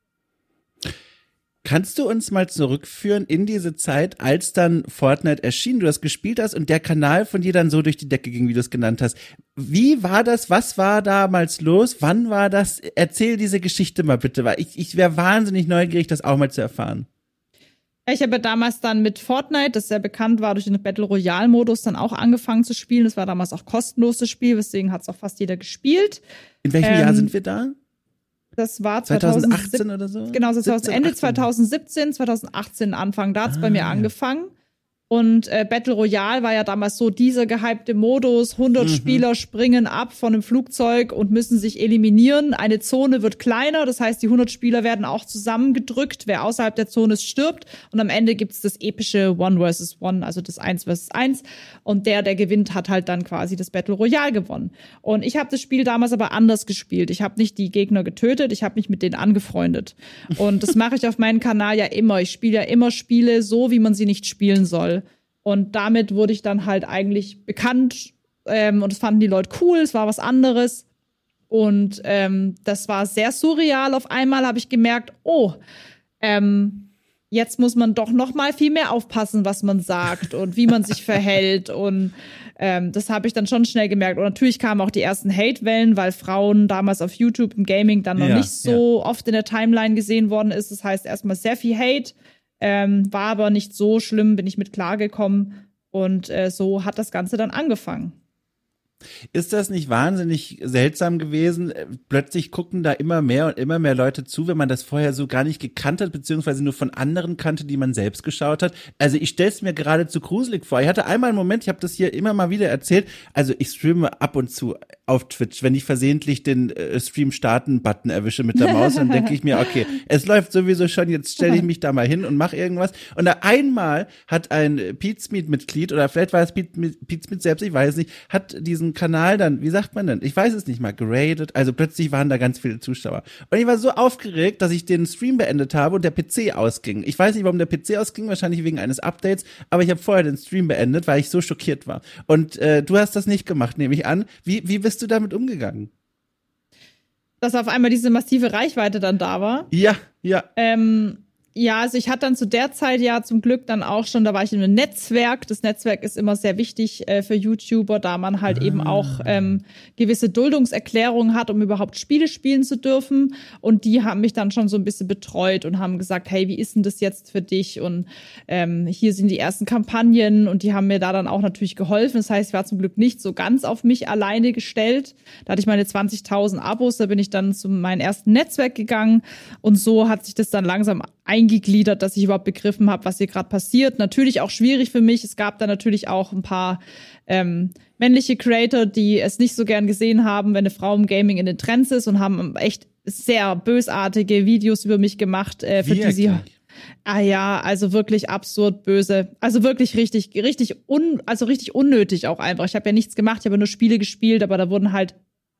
Kannst du uns mal zurückführen in diese Zeit, als dann Fortnite erschien, du das gespielt hast und der Kanal von dir dann so durch die Decke ging, wie du es genannt hast. Wie war das? Was war damals los? Wann war das? Erzähl diese Geschichte mal bitte, weil ich, ich wäre wahnsinnig neugierig, das auch mal zu erfahren. Ich habe damals dann mit Fortnite, das sehr bekannt war, durch den Battle Royale Modus dann auch angefangen zu spielen. Das war damals auch kostenlos das Spiel, deswegen hat es auch fast jeder gespielt. In welchem Ähm, Jahr sind wir da? Das war zwanzig achtzehn zweitausendsiebzehn oder so? Genau, so siebzehn, Ende achtzehn. zweitausendsiebzehn, zweitausendachtzehn Anfang, da hat's Ah, bei mir ja. angefangen. Und äh, Battle Royale war ja damals so dieser gehypte Modus. hundert Mhm. Spieler springen ab von einem Flugzeug und müssen sich eliminieren. Eine Zone wird kleiner, das heißt, die hundert Spieler werden auch zusammengedrückt. Wer außerhalb der Zone ist, stirbt. Und am Ende gibt's das epische One versus One, also das Eins versus Eins. Und der, der gewinnt, hat halt dann quasi das Battle Royale gewonnen. Und ich habe das Spiel damals aber anders gespielt. Ich habe nicht die Gegner getötet, ich habe mich mit denen angefreundet. Und das mache ich auf meinem Kanal ja immer. Ich spiele ja immer Spiele so, wie man sie nicht spielen soll. Und damit wurde ich dann halt eigentlich bekannt ähm, und das fanden die Leute cool, es war was anderes. Und ähm, das war sehr surreal. Auf einmal habe ich gemerkt, oh, ähm, jetzt muss man doch noch mal viel mehr aufpassen, was man sagt und wie man sich verhält. Und ähm, das habe ich dann schon schnell gemerkt. Und natürlich kamen auch die ersten Hate-Wellen, weil Frauen damals auf YouTube im Gaming dann noch Ja, nicht so oft in der Timeline gesehen worden ist. Das heißt erstmal sehr viel Hate. Ähm, war aber nicht so schlimm, bin ich mit klargekommen und äh, so hat das Ganze dann angefangen. Ist das nicht wahnsinnig seltsam gewesen? Plötzlich gucken da immer mehr und immer mehr Leute zu, wenn man das vorher so gar nicht gekannt hat, beziehungsweise nur von anderen kannte, die man selbst geschaut hat. Also ich stelle es mir geradezu gruselig vor. Ich hatte einmal einen Moment, ich habe das hier immer mal wieder erzählt, also ich streame ab und zu auf Twitch, wenn ich versehentlich den äh, Stream-Starten-Button erwische mit der Maus, dann denke ich mir, okay, es läuft sowieso schon, jetzt stelle ich mich da mal hin und mache irgendwas. Und da einmal hat ein Pete-Smith-Mitglied, oder vielleicht war es Pete Smith selbst, ich weiß nicht, hat diesen Kanal dann, wie sagt man denn, ich weiß es nicht mal, geradet, also plötzlich waren da ganz viele Zuschauer. Und ich war so aufgeregt, dass ich den Stream beendet habe und der P C ausging. Ich weiß nicht, warum der P C ausging, wahrscheinlich wegen eines Updates, aber ich habe vorher den Stream beendet, weil ich so schockiert war. Und äh, du hast das nicht gemacht, nehme ich an. Wie, wie bist du damit umgegangen? Dass auf einmal diese massive Reichweite dann da war. Ja, ja. Ähm, ja, also ich hatte dann zu der Zeit ja zum Glück dann auch schon, da war ich in einem Netzwerk. Das Netzwerk ist immer sehr wichtig äh, für YouTuber, da man halt ah. eben auch ähm, gewisse Duldungserklärungen hat, um überhaupt Spiele spielen zu dürfen. Und die haben mich dann schon so ein bisschen betreut und haben gesagt, hey, wie ist denn das jetzt für dich? Und ähm, hier sind die ersten Kampagnen und die haben mir da dann auch natürlich geholfen. Das heißt, ich war zum Glück nicht so ganz auf mich alleine gestellt. Da hatte ich meine zwanzigtausend Abos, da bin ich dann zu meinem ersten Netzwerk gegangen und so hat sich das dann langsam eingegliedert, dass ich überhaupt begriffen habe, was hier gerade passiert. Natürlich auch schwierig für mich. Es gab da natürlich auch ein paar ähm, männliche Creator, die es nicht so gern gesehen haben, wenn eine Frau im Gaming in den Trends ist und haben echt sehr bösartige Videos über mich gemacht, äh, für die sie Ah ja, also wirklich absurd böse. Also wirklich richtig, richtig un, also richtig unnötig auch einfach. Ich habe ja nichts gemacht, ich habe nur Spiele gespielt, aber da wurden halt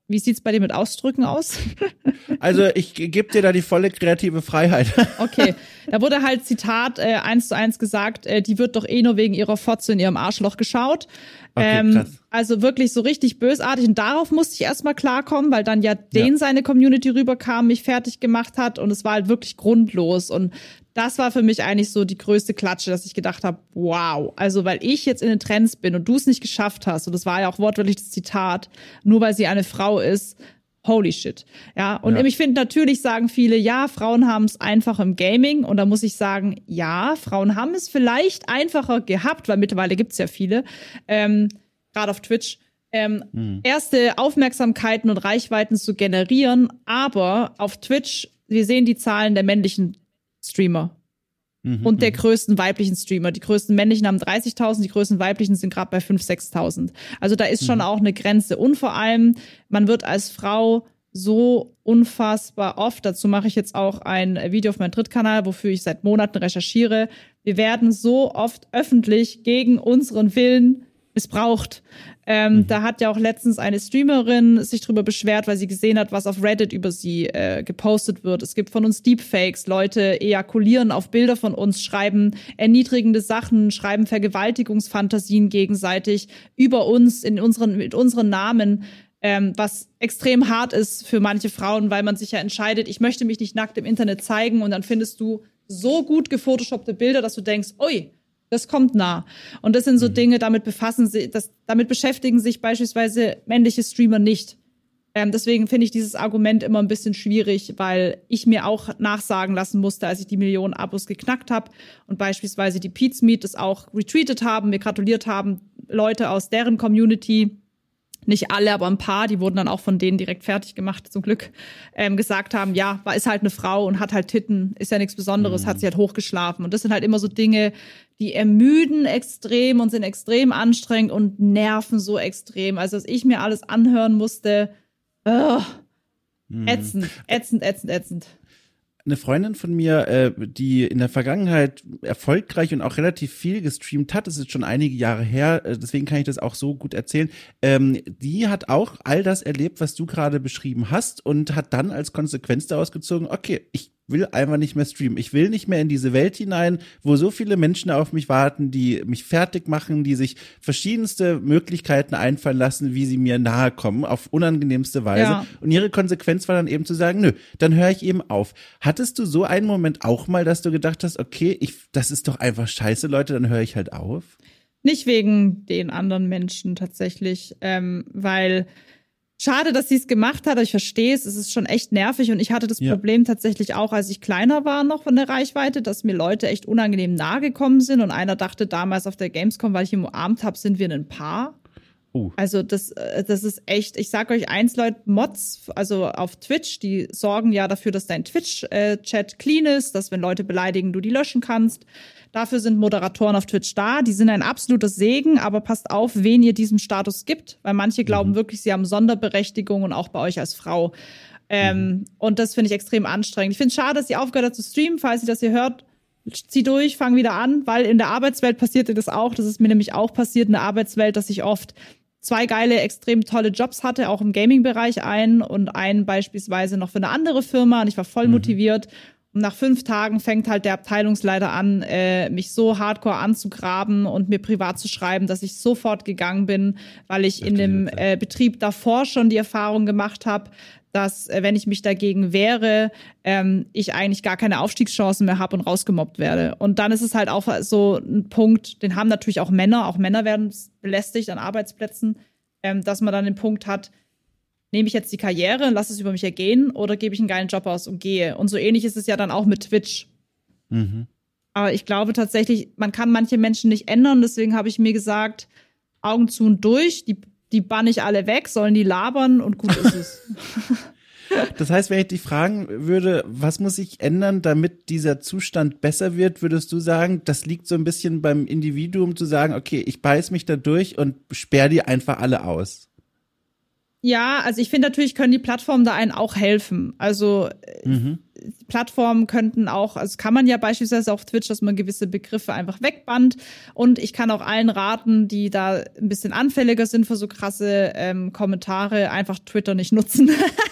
Wie sieht's bei dir mit Ausdrücken aus? Also ich gebe dir da die volle kreative Freiheit. Okay, da wurde halt Zitat äh, eins zu eins gesagt, äh, die wird doch eh nur wegen ihrer Fotze in ihrem Arschloch geschaut. Okay, ähm, krass. Also wirklich so richtig bösartig und darauf musste ich erstmal klarkommen, weil dann ja den Ja. seine Community rüberkam, mich fertig gemacht hat und es war halt wirklich grundlos und das war für mich eigentlich so die größte Klatsche, dass ich gedacht habe, wow, also weil ich jetzt in den Trends bin und du es nicht geschafft hast und das war ja auch wortwörtlich das Zitat, nur weil sie eine Frau ist, holy shit. Ja, und Ja. ich finde, natürlich sagen viele, ja, Frauen haben es einfach im Gaming und da muss ich sagen, ja, Frauen haben es vielleicht einfacher gehabt, weil mittlerweile gibt's ja viele, ähm, gerade auf Twitch, ähm, mhm. erste Aufmerksamkeiten und Reichweiten zu generieren, aber auf Twitch, wir sehen die Zahlen der männlichen Streamer mhm, und der größten weiblichen Streamer. Die größten männlichen haben dreißigtausend, die größten weiblichen sind gerade bei fünftausend, sechstausend. Also da ist schon mhm. auch eine Grenze. Und vor allem, man wird als Frau so unfassbar oft, dazu mache ich jetzt auch ein Video auf meinem Drittkanal, wofür ich seit Monaten recherchiere, wir werden so oft öffentlich gegen unseren Willen missbraucht. Ähm, mhm. Da hat ja auch letztens eine Streamerin sich drüber beschwert, weil sie gesehen hat, was auf Reddit über sie äh, gepostet wird. Es gibt von uns Deepfakes, Leute ejakulieren auf Bilder von uns, schreiben erniedrigende Sachen, schreiben Vergewaltigungsfantasien gegenseitig über uns, in unseren, mit unseren Namen, ähm, was extrem hart ist für manche Frauen, weil man sich ja entscheidet, ich möchte mich nicht nackt im Internet zeigen und dann findest du so gut gefotoshoppte Bilder, dass du denkst, ui, das kommt nah. Und das sind so mhm. Dinge, damit befassen sie, das, damit beschäftigen sich beispielsweise männliche Streamer nicht. Ähm, deswegen finde ich dieses Argument immer ein bisschen schwierig, weil ich mir auch nachsagen lassen musste, als ich die Millionen Abos geknackt habe und beispielsweise die Pete's Meet das auch retweetet haben, mir gratuliert haben, Leute aus deren Community, nicht alle, aber ein paar, die wurden dann auch von denen direkt fertig gemacht, zum Glück, ähm, gesagt haben, ja, war ist halt eine Frau und hat halt Titten, ist ja nichts Besonderes, mhm. hat sie halt hochgeschlafen. Und das sind halt immer so Dinge, die ermüden extrem und sind extrem anstrengend und nerven so extrem. Also, dass ich mir alles anhören musste, oh, mhm. ätzend, ätzend, ätzend, ätzend. Eine Freundin von mir, äh, die in der Vergangenheit erfolgreich und auch relativ viel gestreamt hat, das ist schon einige Jahre her, äh, deswegen kann ich das auch so gut erzählen, ähm, die hat auch all das erlebt, was du gerade beschrieben hast und hat dann als Konsequenz daraus gezogen, okay, ich will einfach nicht mehr streamen. Ich will nicht mehr in diese Welt hinein, wo so viele Menschen auf mich warten, die mich fertig machen, die sich verschiedenste Möglichkeiten einfallen lassen, wie sie mir nahe kommen, auf unangenehmste Weise. Ja. Und ihre Konsequenz war dann eben zu sagen, nö, dann höre ich eben auf. Hattest du so einen Moment auch mal, dass du gedacht hast, okay, ich, das ist doch einfach scheiße, Leute, dann höre ich halt auf? Nicht wegen den anderen Menschen tatsächlich, ähm, weil schade, dass sie es gemacht hat. Ich verstehe es. Es ist schon echt nervig. Und ich hatte das ja. Problem tatsächlich auch, als ich kleiner war noch von der Reichweite, dass mir Leute echt unangenehm nahe gekommen sind. Und einer dachte damals auf der Gamescom, weil ich ihn umarmt habe, sind wir ein Paar. Uh. Also das, das ist echt, ich sag euch eins, Leute, Mods, also auf Twitch, die sorgen ja dafür, dass dein Twitch-Chat clean ist, dass wenn Leute beleidigen, du die löschen kannst. Dafür sind Moderatoren auf Twitch da. Die sind ein absoluter Segen, aber passt auf, wen ihr diesem Status gibt, weil manche glauben mhm. wirklich, sie haben Sonderberechtigung und auch bei euch als Frau. Ähm, mhm. Und das finde ich extrem anstrengend. Ich finde es schade, dass ihr aufgehört habt zu streamen. Falls ihr das hier hört, zieh durch, fang wieder an, weil in der Arbeitswelt passierte das auch. Das ist mir nämlich auch passiert in der Arbeitswelt, dass ich oft zwei geile, extrem tolle Jobs hatte, auch im Gaming-Bereich einen und einen beispielsweise noch für eine andere Firma und ich war voll mhm. motiviert. Und nach fünf Tagen fängt halt der Abteilungsleiter an, äh, mich so hardcore anzugraben und mir privat zu schreiben, dass ich sofort gegangen bin, weil ich in dem äh, Betrieb davor schon die Erfahrung gemacht habe, dass, äh, wenn ich mich dagegen wehre, ähm, ich eigentlich gar keine Aufstiegschancen mehr habe und rausgemobbt werde. Und dann ist es halt auch so ein Punkt, den haben natürlich auch Männer, auch Männer werden belästigt an Arbeitsplätzen, ähm, dass man dann den Punkt hat, nehme ich jetzt die Karriere und lasse es über mich ergehen oder gebe ich einen geilen Job aus und gehe? Und so ähnlich ist es ja dann auch mit Twitch. Mhm. Aber ich glaube tatsächlich, man kann manche Menschen nicht ändern. Deswegen habe ich mir gesagt, Augen zu und durch, die, die bann ich alle weg, sollen die labern und gut ist es. Das heißt, wenn ich dich fragen würde, was muss ich ändern, damit dieser Zustand besser wird, würdest du sagen, das liegt so ein bisschen beim Individuum zu sagen, okay, ich beiß mich da durch und sperr die einfach alle aus? Ja, also ich finde natürlich, können die Plattformen da einen auch helfen. Also mhm. Plattformen könnten auch, also kann man ja beispielsweise auf Twitch, dass man gewisse Begriffe einfach wegbannt. Und ich kann auch allen raten, die da ein bisschen anfälliger sind für so krasse ähm, Kommentare, einfach Twitter nicht nutzen.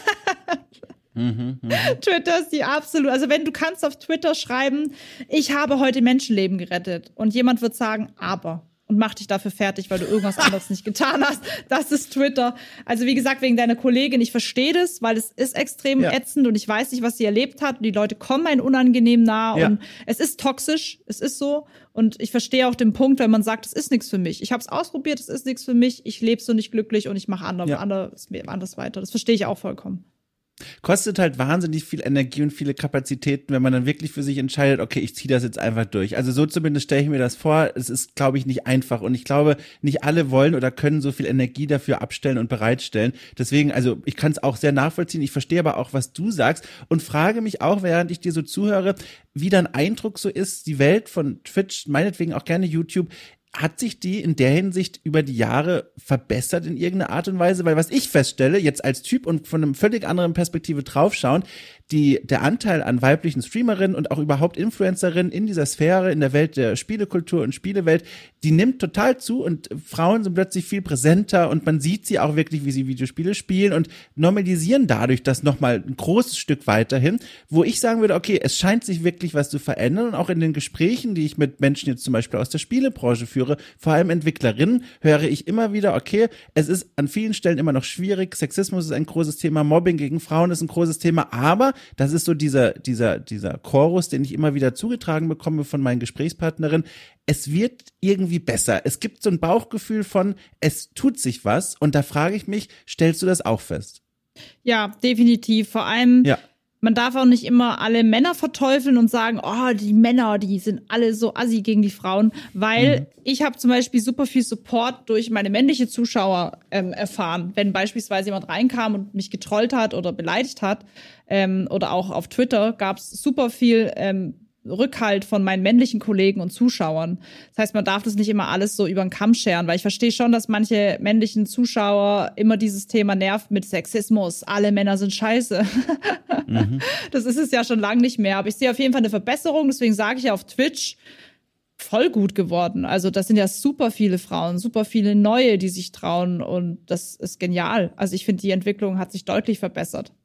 Mhm, mh. Twitter ist die absolut, also wenn du kannst auf Twitter schreiben, ich habe heute Menschenleben gerettet und jemand wird sagen, aber und mach dich dafür fertig, weil du irgendwas anderes nicht getan hast. Das ist Twitter. Also wie gesagt, wegen deiner Kollegin, ich verstehe das, weil es ist extrem ja. ätzend und ich weiß nicht, was sie erlebt hat und die Leute kommen einem unangenehm nah ja. und es ist toxisch, es ist so und ich verstehe auch den Punkt, wenn man sagt, es ist nichts für mich. Ich habe es ausprobiert, es ist nichts für mich, ich lebe so nicht glücklich und ich mache anders, ja. anders, anders weiter. Das verstehe ich auch vollkommen. Kostet halt wahnsinnig viel Energie und viele Kapazitäten, wenn man dann wirklich für sich entscheidet, okay, ich ziehe das jetzt einfach durch. Also so zumindest stelle ich mir das vor. Es ist, glaube ich, nicht einfach und ich glaube, nicht alle wollen oder können so viel Energie dafür abstellen und bereitstellen. Deswegen, also ich kann es auch sehr nachvollziehen. Ich verstehe aber auch, was du sagst und frage mich auch, während ich dir so zuhöre, wie dein Eindruck so ist, die Welt von Twitch, meinetwegen auch gerne YouTube, hat sich die in der Hinsicht über die Jahre verbessert in irgendeiner Art und Weise? Weil was ich feststelle, jetzt als Typ und von einem völlig anderen Perspektive draufschauen, die, der Anteil an weiblichen Streamerinnen und auch überhaupt Influencerinnen in dieser Sphäre, in der Welt der Spielekultur und Spielewelt, die nimmt total zu und Frauen sind plötzlich viel präsenter und man sieht sie auch wirklich, wie sie Videospiele spielen und normalisieren dadurch das nochmal ein großes Stück weiterhin, wo ich sagen würde, okay, es scheint sich wirklich was zu verändern und auch in den Gesprächen, die ich mit Menschen jetzt zum Beispiel aus der Spielebranche führe, vor allem Entwicklerinnen, höre ich immer wieder, okay, es ist an vielen Stellen immer noch schwierig, Sexismus ist ein großes Thema, Mobbing gegen Frauen ist ein großes Thema, aber das ist so dieser, dieser, dieser Chorus, den ich immer wieder zugetragen bekomme von meinen Gesprächspartnerinnen. Es wird irgendwie besser. Es gibt so ein Bauchgefühl von, es tut sich was. Und da frage ich mich, stellst du das auch fest? Ja, definitiv. Vor allem, ja. Man darf auch nicht immer alle Männer verteufeln und sagen, oh, die Männer, die sind alle so assi gegen die Frauen, weil mhm. ich habe zum Beispiel super viel Support durch meine männliche Zuschauer ähm, erfahren. Wenn beispielsweise jemand reinkam und mich getrollt hat oder beleidigt hat ähm, oder auch auf Twitter gab es super viel ähm, Rückhalt von meinen männlichen Kollegen und Zuschauern. Das heißt, man darf das nicht immer alles so über den Kamm scheren, weil ich verstehe schon, dass manche männlichen Zuschauer immer dieses Thema nervt mit Sexismus. Alle Männer sind scheiße. Mhm. Das ist es ja schon lange nicht mehr. Aber ich sehe auf jeden Fall eine Verbesserung. Deswegen sage ich ja auf Twitch, voll gut geworden. Also das sind ja super viele Frauen, super viele Neue, die sich trauen. Und das ist genial. Also ich finde, die Entwicklung hat sich deutlich verbessert.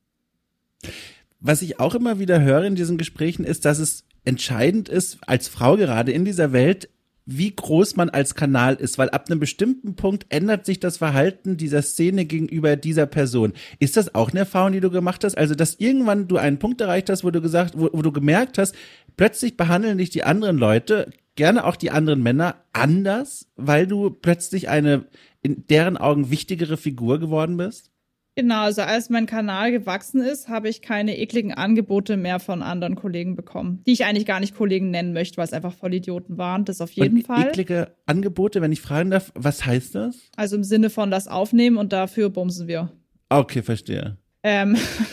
Was ich auch immer wieder höre in diesen Gesprächen ist, dass es entscheidend ist, als Frau gerade in dieser Welt, wie groß man als Kanal ist, weil ab einem bestimmten Punkt ändert sich das Verhalten dieser Szene gegenüber dieser Person. Ist das auch eine Erfahrung, die du gemacht hast? Also, dass irgendwann du einen Punkt erreicht hast, wo du gesagt, wo, wo du gemerkt hast, plötzlich behandeln dich die anderen Leute, gerne auch die anderen Männer, anders, weil du plötzlich eine in deren Augen wichtigere Figur geworden bist? Genau, also als mein Kanal gewachsen ist, habe ich keine ekligen Angebote mehr von anderen Kollegen bekommen, die ich eigentlich gar nicht Kollegen nennen möchte, weil es einfach Vollidioten waren, das auf jeden und Fall. Eklige Angebote, wenn ich fragen darf, was heißt das? Also im Sinne von das aufnehmen und dafür bumsen wir. Okay, verstehe. Ähm,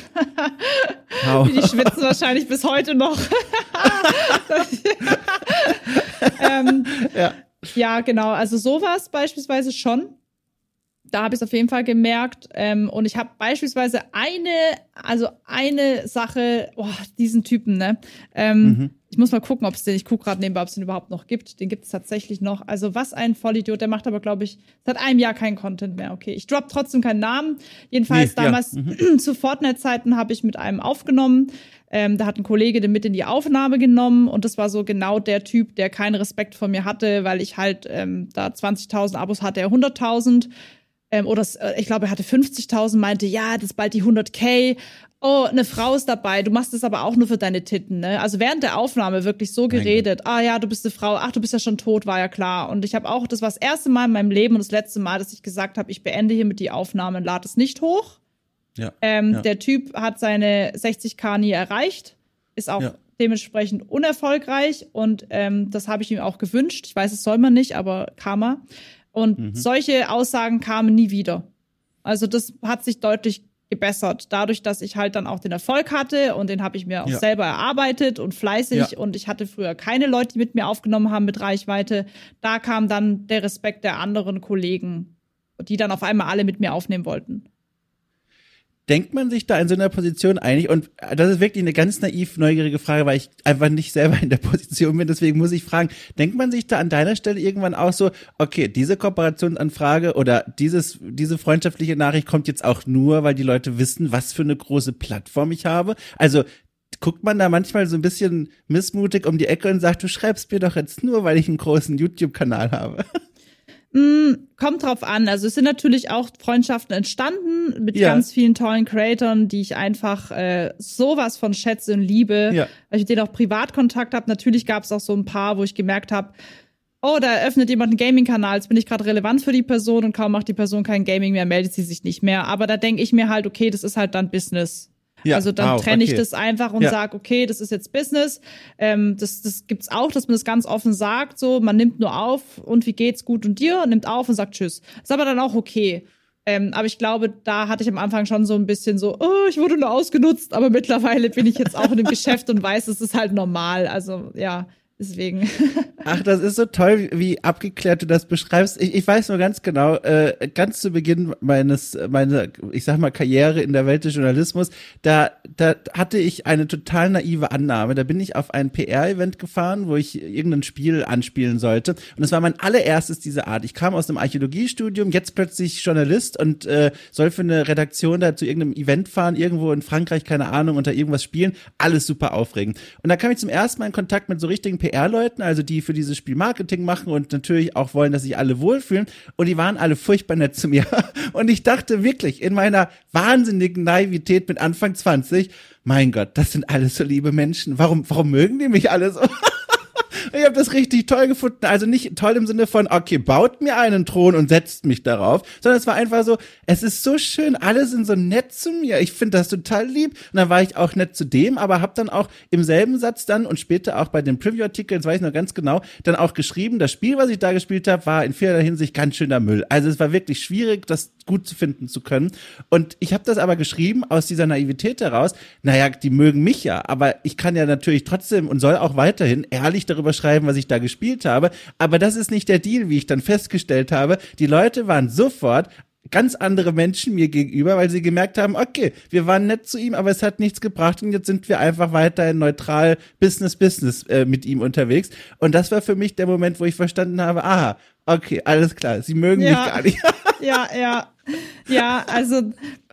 die schwitzen wahrscheinlich bis heute noch. ähm, ja. ja, genau, also sowas beispielsweise schon. Da habe ich es auf jeden Fall gemerkt. Ähm, und ich habe beispielsweise eine, also eine Sache, oh, diesen Typen, ne? Ähm, mhm. Ich muss mal gucken, ob es den, ich gucke gerade nebenbei, ob es den überhaupt noch gibt. Den gibt es tatsächlich noch. Also was ein Vollidiot, der macht aber, glaube ich, seit einem Jahr keinen Content mehr. Okay, ich droppe trotzdem keinen Namen. Jedenfalls nee, damals ja. mhm. zu Fortnite-Zeiten habe ich mit einem aufgenommen. Ähm, da hat ein Kollege den mit in die Aufnahme genommen und das war so genau der Typ, der keinen Respekt vor mir hatte, weil ich halt ähm, da zwanzigtausend Abos hatte, er hunderttausend. Ähm, oder ich glaube, er hatte fünfzigtausend, meinte, ja, das ist bald die hundert K. Oh, eine Frau ist dabei, du machst das aber auch nur für deine Titten, ne? Also während der Aufnahme wirklich so geredet, ah ja, du bist eine Frau, ach, du bist ja schon tot, war ja klar. Und ich habe auch, das war das erste Mal in meinem Leben und das letzte Mal, dass ich gesagt habe, ich beende hiermit die Aufnahme und lade es nicht hoch. Ja, ähm, ja. Der Typ hat seine sechzig K nie erreicht, ist auch ja. dementsprechend unerfolgreich und ähm, das habe ich ihm auch gewünscht. Ich weiß, es soll man nicht, aber Karma. Und mhm. solche Aussagen kamen nie wieder. Also das hat sich deutlich gebessert. Dadurch, dass ich halt dann auch den Erfolg hatte und den habe ich mir auch ja. selber erarbeitet und fleißig ja. und ich hatte früher keine Leute, die mit mir aufgenommen haben mit Reichweite. Da kam dann der Respekt der anderen Kollegen, die dann auf einmal alle mit mir aufnehmen wollten. denkt man sich da in so einer Position eigentlich, und das ist wirklich eine ganz naiv neugierige Frage, weil ich einfach nicht selber in der Position bin, deswegen muss ich fragen, denkt man sich da an deiner Stelle irgendwann auch so, okay, diese Kooperationsanfrage oder dieses diese freundschaftliche Nachricht kommt jetzt auch nur, weil die Leute wissen, was für eine große Plattform ich habe? Also guckt man da manchmal so ein bisschen missmutig um die Ecke und sagt, du schreibst mir doch jetzt nur, weil ich einen großen YouTube-Kanal habe? Mm, kommt drauf an. Also es sind natürlich auch Freundschaften entstanden mit ja. ganz vielen tollen Creatoren, die ich einfach äh, sowas von schätze und liebe, ja. weil ich mit denen auch Privatkontakt habe. Natürlich gab es auch so ein paar, wo ich gemerkt habe, oh, da öffnet jemand einen Gaming-Kanal, jetzt bin ich gerade relevant für die Person und kaum macht die Person kein Gaming mehr, meldet sie sich nicht mehr. Aber da denke ich mir halt, okay, das ist halt dann Business. Ja, also dann wow, trenne ich okay. das einfach und ja. sage, okay, das ist jetzt Business. Ähm, das, das gibt's auch, dass man das ganz offen sagt. So, man nimmt nur auf und wie geht's gut und dir, nimmt auf und sagt Tschüss. Ist aber dann auch okay. Ähm, aber ich glaube, da hatte ich am Anfang schon so ein bisschen so, oh, ich wurde nur ausgenutzt. Aber mittlerweile bin ich jetzt auch in dem Geschäft und weiß, es ist halt normal. Also ja. Deswegen. Ach, das ist so toll, wie abgeklärt du das beschreibst. Ich, ich weiß nur ganz genau, äh, ganz zu Beginn meines, meiner, ich sag mal, Karriere in der Welt des Journalismus, da, da hatte ich eine total naive Annahme. Da bin ich auf ein P R-Event gefahren, wo ich irgendein Spiel anspielen sollte. Und es war mein allererstes dieser Art. Ich kam aus einem Archäologiestudium, jetzt plötzlich Journalist und äh, soll für eine Redaktion da zu irgendeinem Event fahren, irgendwo in Frankreich, keine Ahnung, unter irgendwas spielen. Alles super aufregend. Und da kam ich zum ersten Mal in Kontakt mit so richtigen P R-Leuten, also die für dieses Spiel Marketing machen und natürlich auch wollen, dass sich alle wohlfühlen, und die waren alle furchtbar nett zu mir und ich dachte wirklich in meiner wahnsinnigen Naivität mit Anfang zwanzig, mein Gott, das sind alles so liebe Menschen, warum, warum mögen die mich alle so? Ich habe das richtig toll gefunden, also nicht toll im Sinne von, okay, baut mir einen Thron und setzt mich darauf, sondern es war einfach so, es ist so schön, alle sind so nett zu mir, ich finde das total lieb, und dann war ich auch nett zu dem, aber habe dann auch im selben Satz dann und später auch bei den Preview-Artikeln, das weiß ich noch ganz genau, dann auch geschrieben, das Spiel, was ich da gespielt habe, war in vielerlei Hinsicht ganz schöner Müll, also es war wirklich schwierig, das gut zu finden zu können, und ich habe das aber geschrieben aus dieser Naivität heraus, naja, die mögen mich ja, aber ich kann ja natürlich trotzdem und soll auch weiterhin ehrlich darüber schreiben, was ich da gespielt habe, aber das ist nicht der Deal, wie ich dann festgestellt habe. Die Leute waren sofort ganz andere Menschen mir gegenüber, weil sie gemerkt haben, okay, wir waren nett zu ihm, aber es hat nichts gebracht und jetzt sind wir einfach weiterhin neutral Business Business äh, mit ihm unterwegs, und das war für mich der Moment, wo ich verstanden habe, aha, okay, alles klar, sie mögen ja. mich gar nicht. ja, ja, ja, also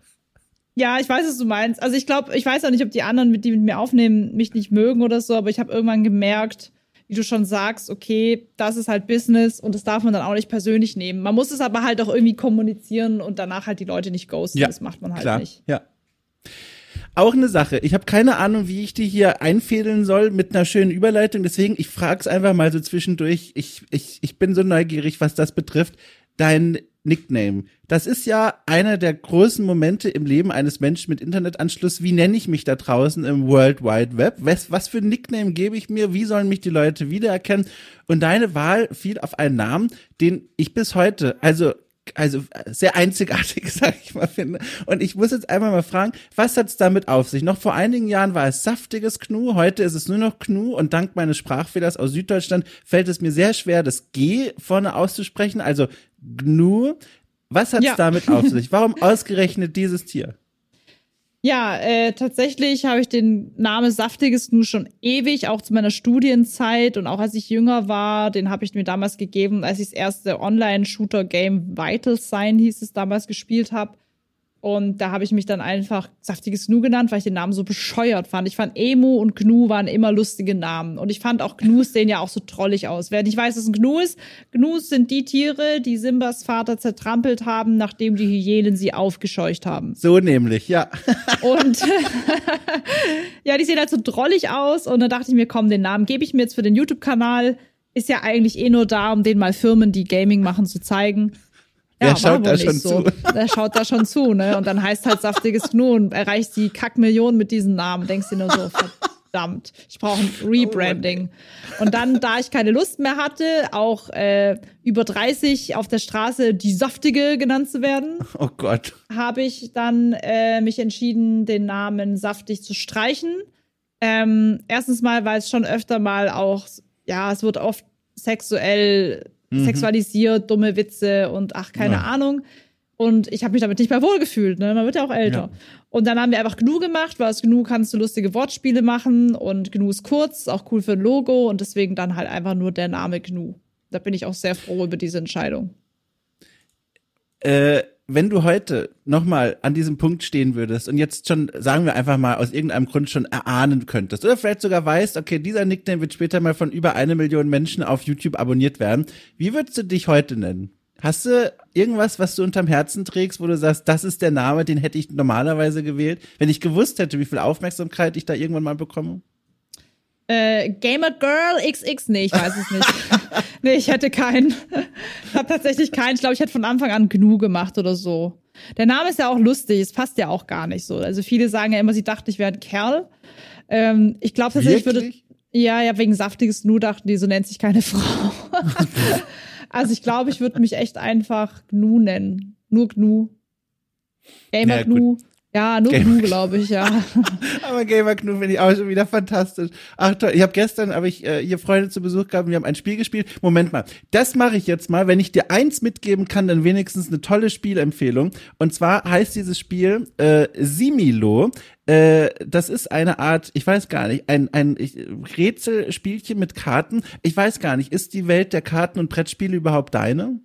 ja, ich weiß, was du meinst. Also ich glaube, ich weiß auch nicht, ob die anderen, mit die mit mir aufnehmen, mich nicht mögen oder so, aber ich habe irgendwann gemerkt, wie du schon sagst, okay, das ist halt Business und das darf man dann auch nicht persönlich nehmen. Man muss es aber halt auch irgendwie kommunizieren und danach halt die Leute nicht ghosten. Ja, das macht man halt klar. nicht. Ja. Auch eine Sache. Ich habe keine Ahnung, wie ich die hier einfädeln soll mit einer schönen Überleitung. Deswegen, ich frage es einfach mal so zwischendurch. Ich, ich, ich bin so neugierig, was das betrifft. Dein Nickname. Das ist ja einer der großen Momente im Leben eines Menschen mit Internetanschluss. Wie nenne ich mich da draußen im World Wide Web? Was, was für ein Nickname gebe ich mir? Wie sollen mich die Leute wiedererkennen? Und deine Wahl fiel auf einen Namen, den ich bis heute, also also sehr einzigartig, sag ich mal, finde. Und ich muss jetzt einmal mal fragen, was hat's damit auf sich? Noch vor einigen Jahren war es saftiges Gnu, heute ist es nur noch Gnu, und dank meines Sprachfehlers aus Süddeutschland fällt es mir sehr schwer, das G vorne auszusprechen, also Gnu. Was hat's ja. damit auf sich? Warum ausgerechnet dieses Tier? Ja, äh, tatsächlich habe ich den Namen Saftiges Gnu schon ewig, auch zu meiner Studienzeit und auch als ich jünger war, den habe ich mir damals gegeben, als ich das erste Online-Shooter-Game Vital Sign hieß es damals gespielt habe. Und da habe ich mich dann einfach Saftiges Gnu genannt, weil ich den Namen so bescheuert fand. Ich fand Emu und Gnu waren immer lustige Namen. Und ich fand auch Gnus sehen ja auch so trollig aus. Wer nicht weiß, was ein Gnu ist, Gnus sind die Tiere, die Simbas Vater zertrampelt haben, nachdem die Hyänen sie aufgescheucht haben. So nämlich, ja. Und ja, die sehen halt so drollig aus. Und dann dachte ich mir, komm, den Namen gebe ich mir jetzt für den YouTube-Kanal. Ist ja eigentlich eh nur da, um den mal Firmen, die Gaming machen, zu zeigen. Ja, der schaut da schon so. zu. Der schaut da schon zu, ne? Und dann heißt halt Saftiges Gnu und erreicht die Kackmillionen mit diesem Namen. Denkst du nur so, verdammt, ich brauche ein Rebranding. Oh, und dann, da ich keine Lust mehr hatte, auch äh, über dreißig auf der Straße die Saftige genannt zu werden, oh Gott, habe ich dann äh, mich entschieden, den Namen Saftig zu streichen. Ähm, erstens mal, weil es schon öfter mal auch, ja, es wird oft sexuell sexualisiert, dumme Witze und ach, keine ja. Ahnung. Und ich habe mich damit nicht mehr wohlgefühlt, ne? Man wird ja auch älter. Ja. Und dann haben wir einfach G N U gemacht, weil aus G N U kannst du lustige Wortspiele machen und G N U ist kurz, ist auch cool für ein Logo und deswegen dann halt einfach nur der Name G N U. Da bin ich auch sehr froh über diese Entscheidung. Äh, wenn du heute nochmal an diesem Punkt stehen würdest und jetzt schon, sagen wir einfach mal, aus irgendeinem Grund schon erahnen könntest oder vielleicht sogar weißt, okay, dieser Nickname wird später mal von über eine Million Menschen auf YouTube abonniert werden, wie würdest du dich heute nennen? Hast du irgendwas, was du unterm Herzen trägst, wo du sagst, das ist der Name, den hätte ich normalerweise gewählt, wenn ich gewusst hätte, wie viel Aufmerksamkeit ich da irgendwann mal bekomme? Äh, Gamer Girl X X, nee, ich weiß es nicht. Nee, ich hätte keinen. Ich habe tatsächlich keinen. Ich glaube, ich hätte von Anfang an G N U gemacht oder so. Der Name ist ja auch lustig, es passt ja auch gar nicht so. Also viele sagen ja immer, sie dachten, ich wäre ein Kerl. Ähm, ich glaube tatsächlich, ich würde. Ja, ja, wegen saftiges G N U dachten die, so nennt sich keine Frau. Also ich glaube, ich würde mich echt einfach G N U nennen. Nur G N U. Gamer ja, G N U. Ja, nur G N U, glaube ich, ja. Aber Gamer G N U finde ich auch schon wieder fantastisch. Ach toll, ich habe gestern, habe ich äh, hier Freunde zu Besuch gehabt und wir haben ein Spiel gespielt. Moment mal, das mache ich jetzt mal. Wenn ich dir eins mitgeben kann, dann wenigstens eine tolle Spielempfehlung. Und zwar heißt dieses Spiel äh, Similo. Äh, das ist eine Art, ich weiß gar nicht, ein, ein Rätselspielchen mit Karten. Ich weiß gar nicht, ist die Welt der Karten- und Brettspiele überhaupt deine?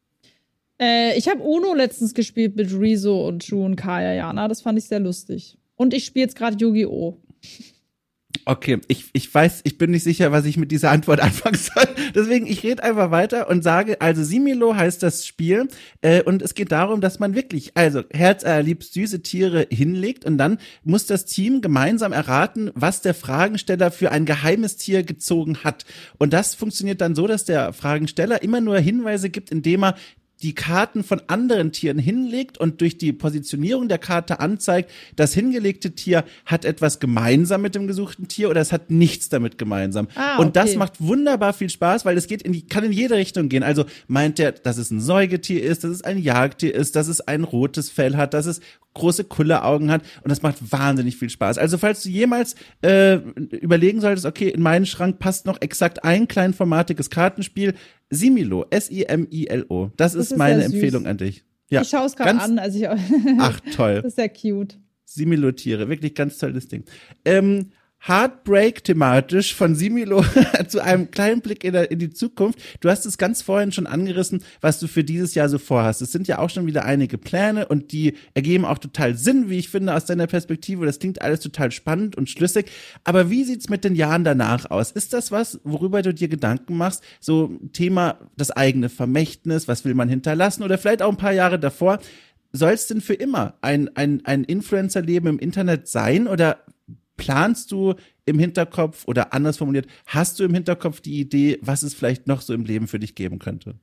Äh, ich habe Uno letztens gespielt mit Rezo und Shu und Kaya Jana. Das fand ich sehr lustig. Und ich spiele jetzt gerade Yu-Gi-Oh! Okay, ich, ich weiß, ich bin nicht sicher, was ich mit dieser Antwort anfangen soll. Deswegen, ich rede einfach weiter und sage, also Similo heißt das Spiel äh, und es geht darum, dass man wirklich, also herzallerliebst süße Tiere hinlegt und dann muss das Team gemeinsam erraten, was der Fragensteller für ein geheimes Tier gezogen hat. Und das funktioniert dann so, dass der Fragensteller immer nur Hinweise gibt, indem er die Karten von anderen Tieren hinlegt und durch die Positionierung der Karte anzeigt, das hingelegte Tier hat etwas gemeinsam mit dem gesuchten Tier oder es hat nichts damit gemeinsam. Ah, okay. Und das macht wunderbar viel Spaß, weil es geht in die, kann in jede Richtung gehen. Also meint der, dass es ein Säugetier ist, dass es ein Jagdtier ist, dass es ein rotes Fell hat, dass es große Kulleraugen hat und das macht wahnsinnig viel Spaß. Also falls du jemals äh, überlegen solltest, okay, in meinen Schrank passt noch exakt ein kleinformatiges Kartenspiel, Similo, S I M I L O. Das, das ist, ist meine Empfehlung an dich. Ja, ich schaue es gerade an. Also ich Ach, toll. Das ist sehr cute. Similo-Tiere, wirklich ganz tolles Ding. Ähm, Heartbreak thematisch von Similo zu einem kleinen Blick in, der, in die Zukunft. Du hast es ganz vorhin schon angerissen, was du für dieses Jahr so vorhast. Es sind ja auch schon wieder einige Pläne und die ergeben auch total Sinn, wie ich finde, aus deiner Perspektive. Das klingt alles total spannend und schlüssig. Aber wie sieht's mit den Jahren danach aus? Ist das was, worüber du dir Gedanken machst? So Thema das eigene Vermächtnis, was will man hinterlassen oder vielleicht auch ein paar Jahre davor. Soll es denn für immer ein, ein, ein Influencer-Leben im Internet sein oder planst du im Hinterkopf oder anders formuliert, hast du im Hinterkopf die Idee, was es vielleicht noch so im Leben für dich geben könnte?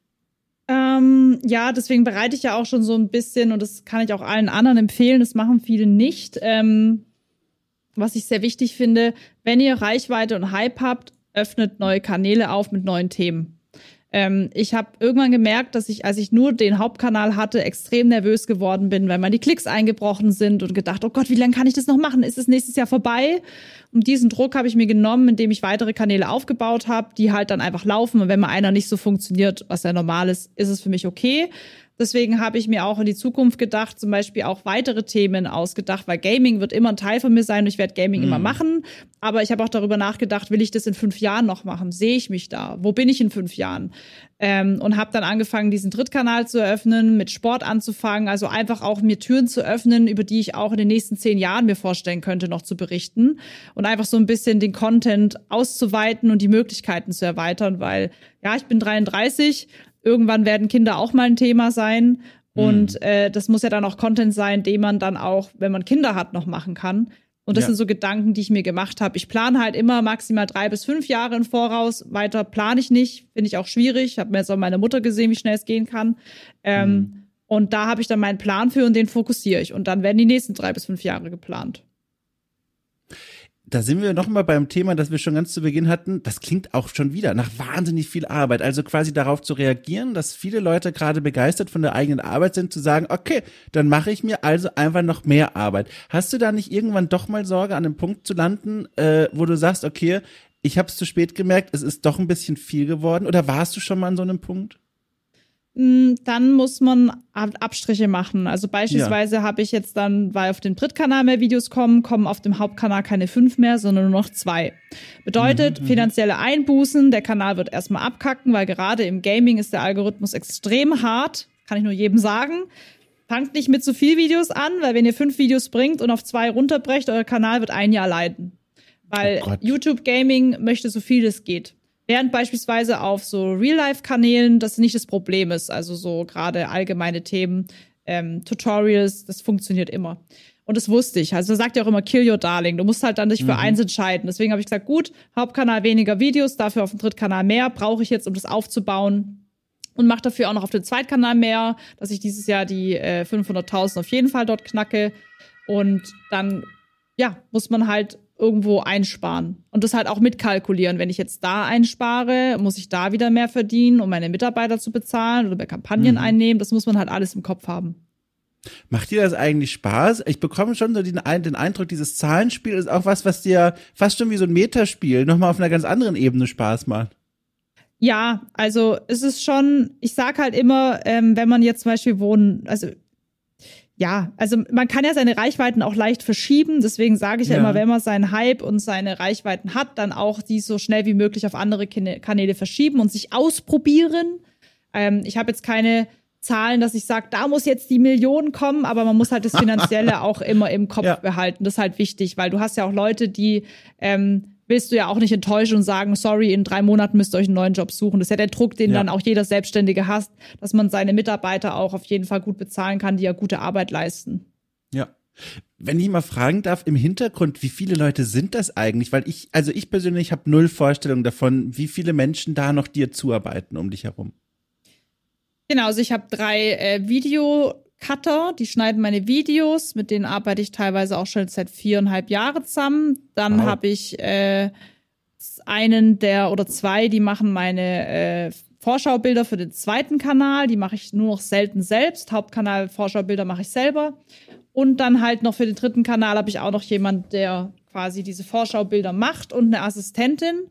Ähm, ja, deswegen bereite ich ja auch schon so ein bisschen und das kann ich auch allen anderen empfehlen, das machen viele nicht. Ähm, was ich sehr wichtig finde, wenn ihr Reichweite und Hype habt, öffnet neue Kanäle auf mit neuen Themen. Ähm, ich habe irgendwann gemerkt, dass ich, als ich nur den Hauptkanal hatte, extrem nervös geworden bin, weil mal die Klicks eingebrochen sind und gedacht, oh Gott, wie lange kann ich das noch machen? Ist es nächstes Jahr vorbei? Und diesen Druck habe ich mir genommen, indem ich weitere Kanäle aufgebaut habe, die halt dann einfach laufen. Und wenn mal einer nicht so funktioniert, was ja normal ist, ist es für mich okay. Deswegen habe ich mir auch in die Zukunft gedacht, zum Beispiel auch weitere Themen ausgedacht, weil Gaming wird immer ein Teil von mir sein und ich werde Gaming mm. immer machen. Aber ich habe auch darüber nachgedacht, will ich das in fünf Jahren noch machen? Sehe ich mich da? Wo bin ich in fünf Jahren? Ähm, und habe dann angefangen, diesen Drittkanal zu eröffnen, mit Sport anzufangen, also einfach auch mir Türen zu öffnen, über die ich auch in den nächsten zehn Jahren mir vorstellen könnte, noch zu berichten. Und einfach so ein bisschen den Content auszuweiten und die Möglichkeiten zu erweitern, weil, ja, ich bin dreiunddreißig, irgendwann werden Kinder auch mal ein Thema sein. Und mhm. äh, das muss ja dann auch Content sein, den man dann auch, wenn man Kinder hat, noch machen kann. Und das ja. sind so Gedanken, die ich mir gemacht habe. Ich plane halt immer maximal drei bis fünf Jahre im Voraus. Weiter plane ich nicht. Finde ich auch schwierig. Ich habe mir jetzt auch meine Mutter gesehen, wie schnell es gehen kann. Ähm, mhm. Und da habe ich dann meinen Plan für und den fokussiere ich. Und dann werden die nächsten drei bis fünf Jahre geplant. Da sind wir nochmal beim Thema, das wir schon ganz zu Beginn hatten. Das klingt auch schon wieder nach wahnsinnig viel Arbeit. Also quasi darauf zu reagieren, dass viele Leute gerade begeistert von der eigenen Arbeit sind, zu sagen, okay, dann mache ich mir also einfach noch mehr Arbeit. Hast du da nicht irgendwann doch mal Sorge, an einem Punkt zu landen, äh, wo du sagst, okay, ich habe es zu spät gemerkt, es ist doch ein bisschen viel geworden? Oder warst du schon mal an so einem Punkt? dann muss man Abstriche machen. Also beispielsweise ja. habe ich jetzt dann, weil auf den Drittkanal mehr Videos kommen, kommen auf dem Hauptkanal keine fünf mehr, sondern nur noch zwei. Bedeutet, mhm, finanzielle Einbußen, der Kanal wird erstmal abkacken, weil gerade im Gaming ist der Algorithmus extrem hart, kann ich nur jedem sagen. Fangt nicht mit zu viel Videos an, weil wenn ihr fünf Videos bringt und auf zwei runterbrecht, euer Kanal wird ein Jahr leiden. Weil oh YouTube Gaming möchte so viel es geht. Während beispielsweise auf so Real-Life-Kanälen das nicht das Problem ist. Also so gerade allgemeine Themen, ähm, Tutorials, das funktioniert immer. Und das wusste ich. Also sagt ja auch immer, kill your darling. Du musst halt dann dich für mhm. eins entscheiden. Deswegen habe ich gesagt, gut, Hauptkanal weniger Videos, dafür auf dem Drittkanal mehr. Brauche ich jetzt, um das aufzubauen. Und mache dafür auch noch auf dem Zweitkanal mehr, dass ich dieses Jahr die äh, fünfhunderttausend auf jeden Fall dort knacke. Und dann, ja, muss man halt irgendwo einsparen und das halt auch mitkalkulieren. Wenn ich jetzt da einspare, muss ich da wieder mehr verdienen, um meine Mitarbeiter zu bezahlen oder bei Kampagnen mhm. einnehmen. Das muss man halt alles im Kopf haben. Macht dir das eigentlich Spaß? Ich bekomme schon so den, den Eindruck, dieses Zahlenspiel ist auch was, was dir fast schon wie so ein Metaspiel nochmal auf einer ganz anderen Ebene Spaß macht. Ja, also es ist schon, ich sag halt immer, ähm, wenn man jetzt zum Beispiel wohnen, also ja, also man kann ja seine Reichweiten auch leicht verschieben. Deswegen sage ich ja. ja immer, wenn man seinen Hype und seine Reichweiten hat, dann auch die so schnell wie möglich auf andere Kanäle verschieben und sich ausprobieren. Ähm, ich habe jetzt keine Zahlen, dass ich sage, da muss jetzt die Million kommen, aber man muss halt das Finanzielle auch immer im Kopf ja. behalten. Das ist halt wichtig, weil du hast ja auch Leute, die ähm, willst du ja auch nicht enttäuschen und sagen, sorry, in drei Monaten müsst ihr euch einen neuen Job suchen. Das ist ja der Druck, den ja. dann auch jeder Selbstständige hat, dass man seine Mitarbeiter auch auf jeden Fall gut bezahlen kann, die ja gute Arbeit leisten. Ja. Wenn ich mal fragen darf, im Hintergrund, wie viele Leute sind das eigentlich? Weil ich, also ich persönlich habe null Vorstellung davon, wie viele Menschen da noch dir zuarbeiten um dich herum. Genau, also ich habe drei äh, Videocutter, die schneiden meine Videos, mit denen arbeite ich teilweise auch schon seit viereinhalb Jahren zusammen. Dann wow. habe ich äh, einen der oder zwei, die machen meine äh, Vorschaubilder für den zweiten Kanal. Die mache ich nur noch selten selbst. Hauptkanal Vorschaubilder mache ich selber. Und dann halt noch für den dritten Kanal habe ich auch noch jemand, der quasi diese Vorschaubilder macht und eine Assistentin.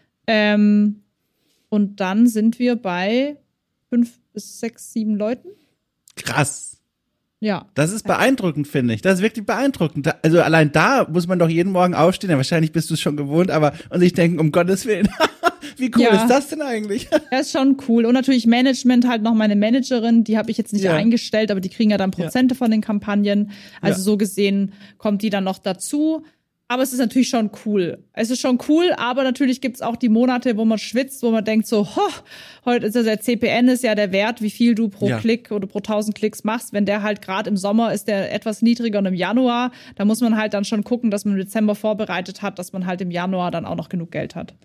Ähm, und dann sind wir bei fünf bis sechs, sieben Leuten. Krass. Ja. Das ist beeindruckend, finde ich. Das ist wirklich beeindruckend. Also allein da muss man doch jeden Morgen aufstehen. Ja, wahrscheinlich bist du es schon gewohnt, aber und sich denken, um Gottes Willen, wie cool ja. ist das denn eigentlich? Das ist schon cool. Und natürlich Management, halt noch meine Managerin, die habe ich jetzt nicht ja. eingestellt, aber die kriegen ja dann Prozente ja. von den Kampagnen. Also ja. so gesehen kommt die dann noch dazu. Aber es ist natürlich schon cool. Es ist schon cool, aber natürlich gibt's auch die Monate, wo man schwitzt, wo man denkt so, ho, heute ist ja der C P N ist ja der Wert, wie viel du pro ja. Klick oder pro tausend Klicks machst. Wenn der halt gerade im Sommer ist, der etwas niedriger und im Januar, da muss man halt dann schon gucken, dass man im Dezember vorbereitet hat, dass man halt im Januar dann auch noch genug Geld hat.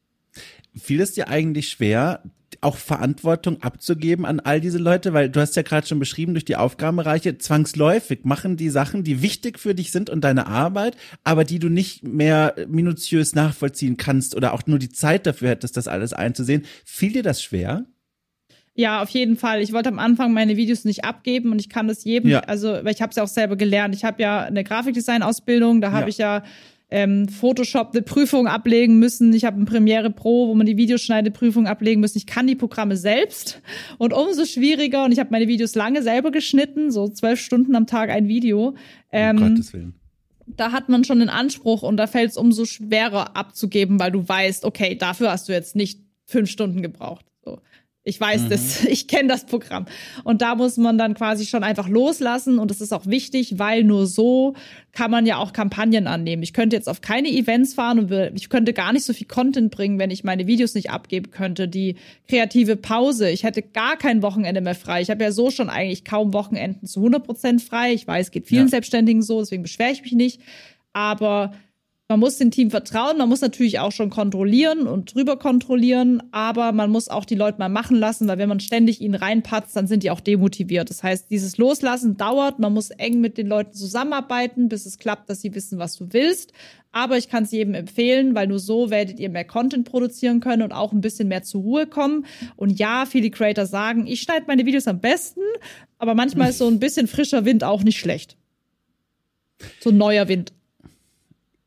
Fiel es dir eigentlich schwer, auch Verantwortung abzugeben an all diese Leute? Weil du hast ja gerade schon beschrieben, durch die Aufgabenbereiche, zwangsläufig machen die Sachen, die wichtig für dich sind und deine Arbeit, aber die du nicht mehr minutiös nachvollziehen kannst oder auch nur die Zeit dafür hättest, das alles einzusehen. Fiel dir das schwer? Ja, auf jeden Fall. Ich wollte am Anfang meine Videos nicht abgeben und ich kann das jedem, ja. also weil ich habe es ja auch selber gelernt. Ich habe ja eine Grafikdesign-Ausbildung, da habe ja. ich ja Ähm, Photoshop eine Prüfung ablegen müssen. Ich habe ein Premiere Pro, wo man die Videoschneideprüfung ablegen müssen. Ich kann die Programme selbst und umso schwieriger. Und ich habe meine Videos lange selber geschnitten, so zwölf Stunden am Tag ein Video. Ähm, um Gottes Willen. Da hat man schon einen Anspruch und da fällt es umso schwerer abzugeben, weil du weißt, okay, dafür hast du jetzt nicht fünf Stunden gebraucht. So. Ich weiß mhm. das, ich kenne das Programm. Und da muss man dann quasi schon einfach loslassen und das ist auch wichtig, weil nur so kann man ja auch Kampagnen annehmen. Ich könnte jetzt auf keine Events fahren und ich könnte gar nicht so viel Content bringen, wenn ich meine Videos nicht abgeben könnte. Die kreative Pause, ich hätte gar kein Wochenende mehr frei. Ich habe ja so schon eigentlich kaum Wochenenden zu hundert Prozent frei. Ich weiß, geht vielen ja. Selbstständigen so, deswegen beschwere ich mich nicht. Aber man muss dem Team vertrauen, man muss natürlich auch schon kontrollieren und drüber kontrollieren, aber man muss auch die Leute mal machen lassen, weil wenn man ständig ihnen reinpatzt, dann sind die auch demotiviert. Das heißt, dieses Loslassen dauert, man muss eng mit den Leuten zusammenarbeiten, bis es klappt, dass sie wissen, was du willst. Aber ich kann es jedem empfehlen, weil nur so werdet ihr mehr Content produzieren können und auch ein bisschen mehr zur Ruhe kommen. Und ja, viele Creator sagen, ich schneide meine Videos am besten, aber manchmal ist so ein bisschen frischer Wind auch nicht schlecht. So ein neuer Wind.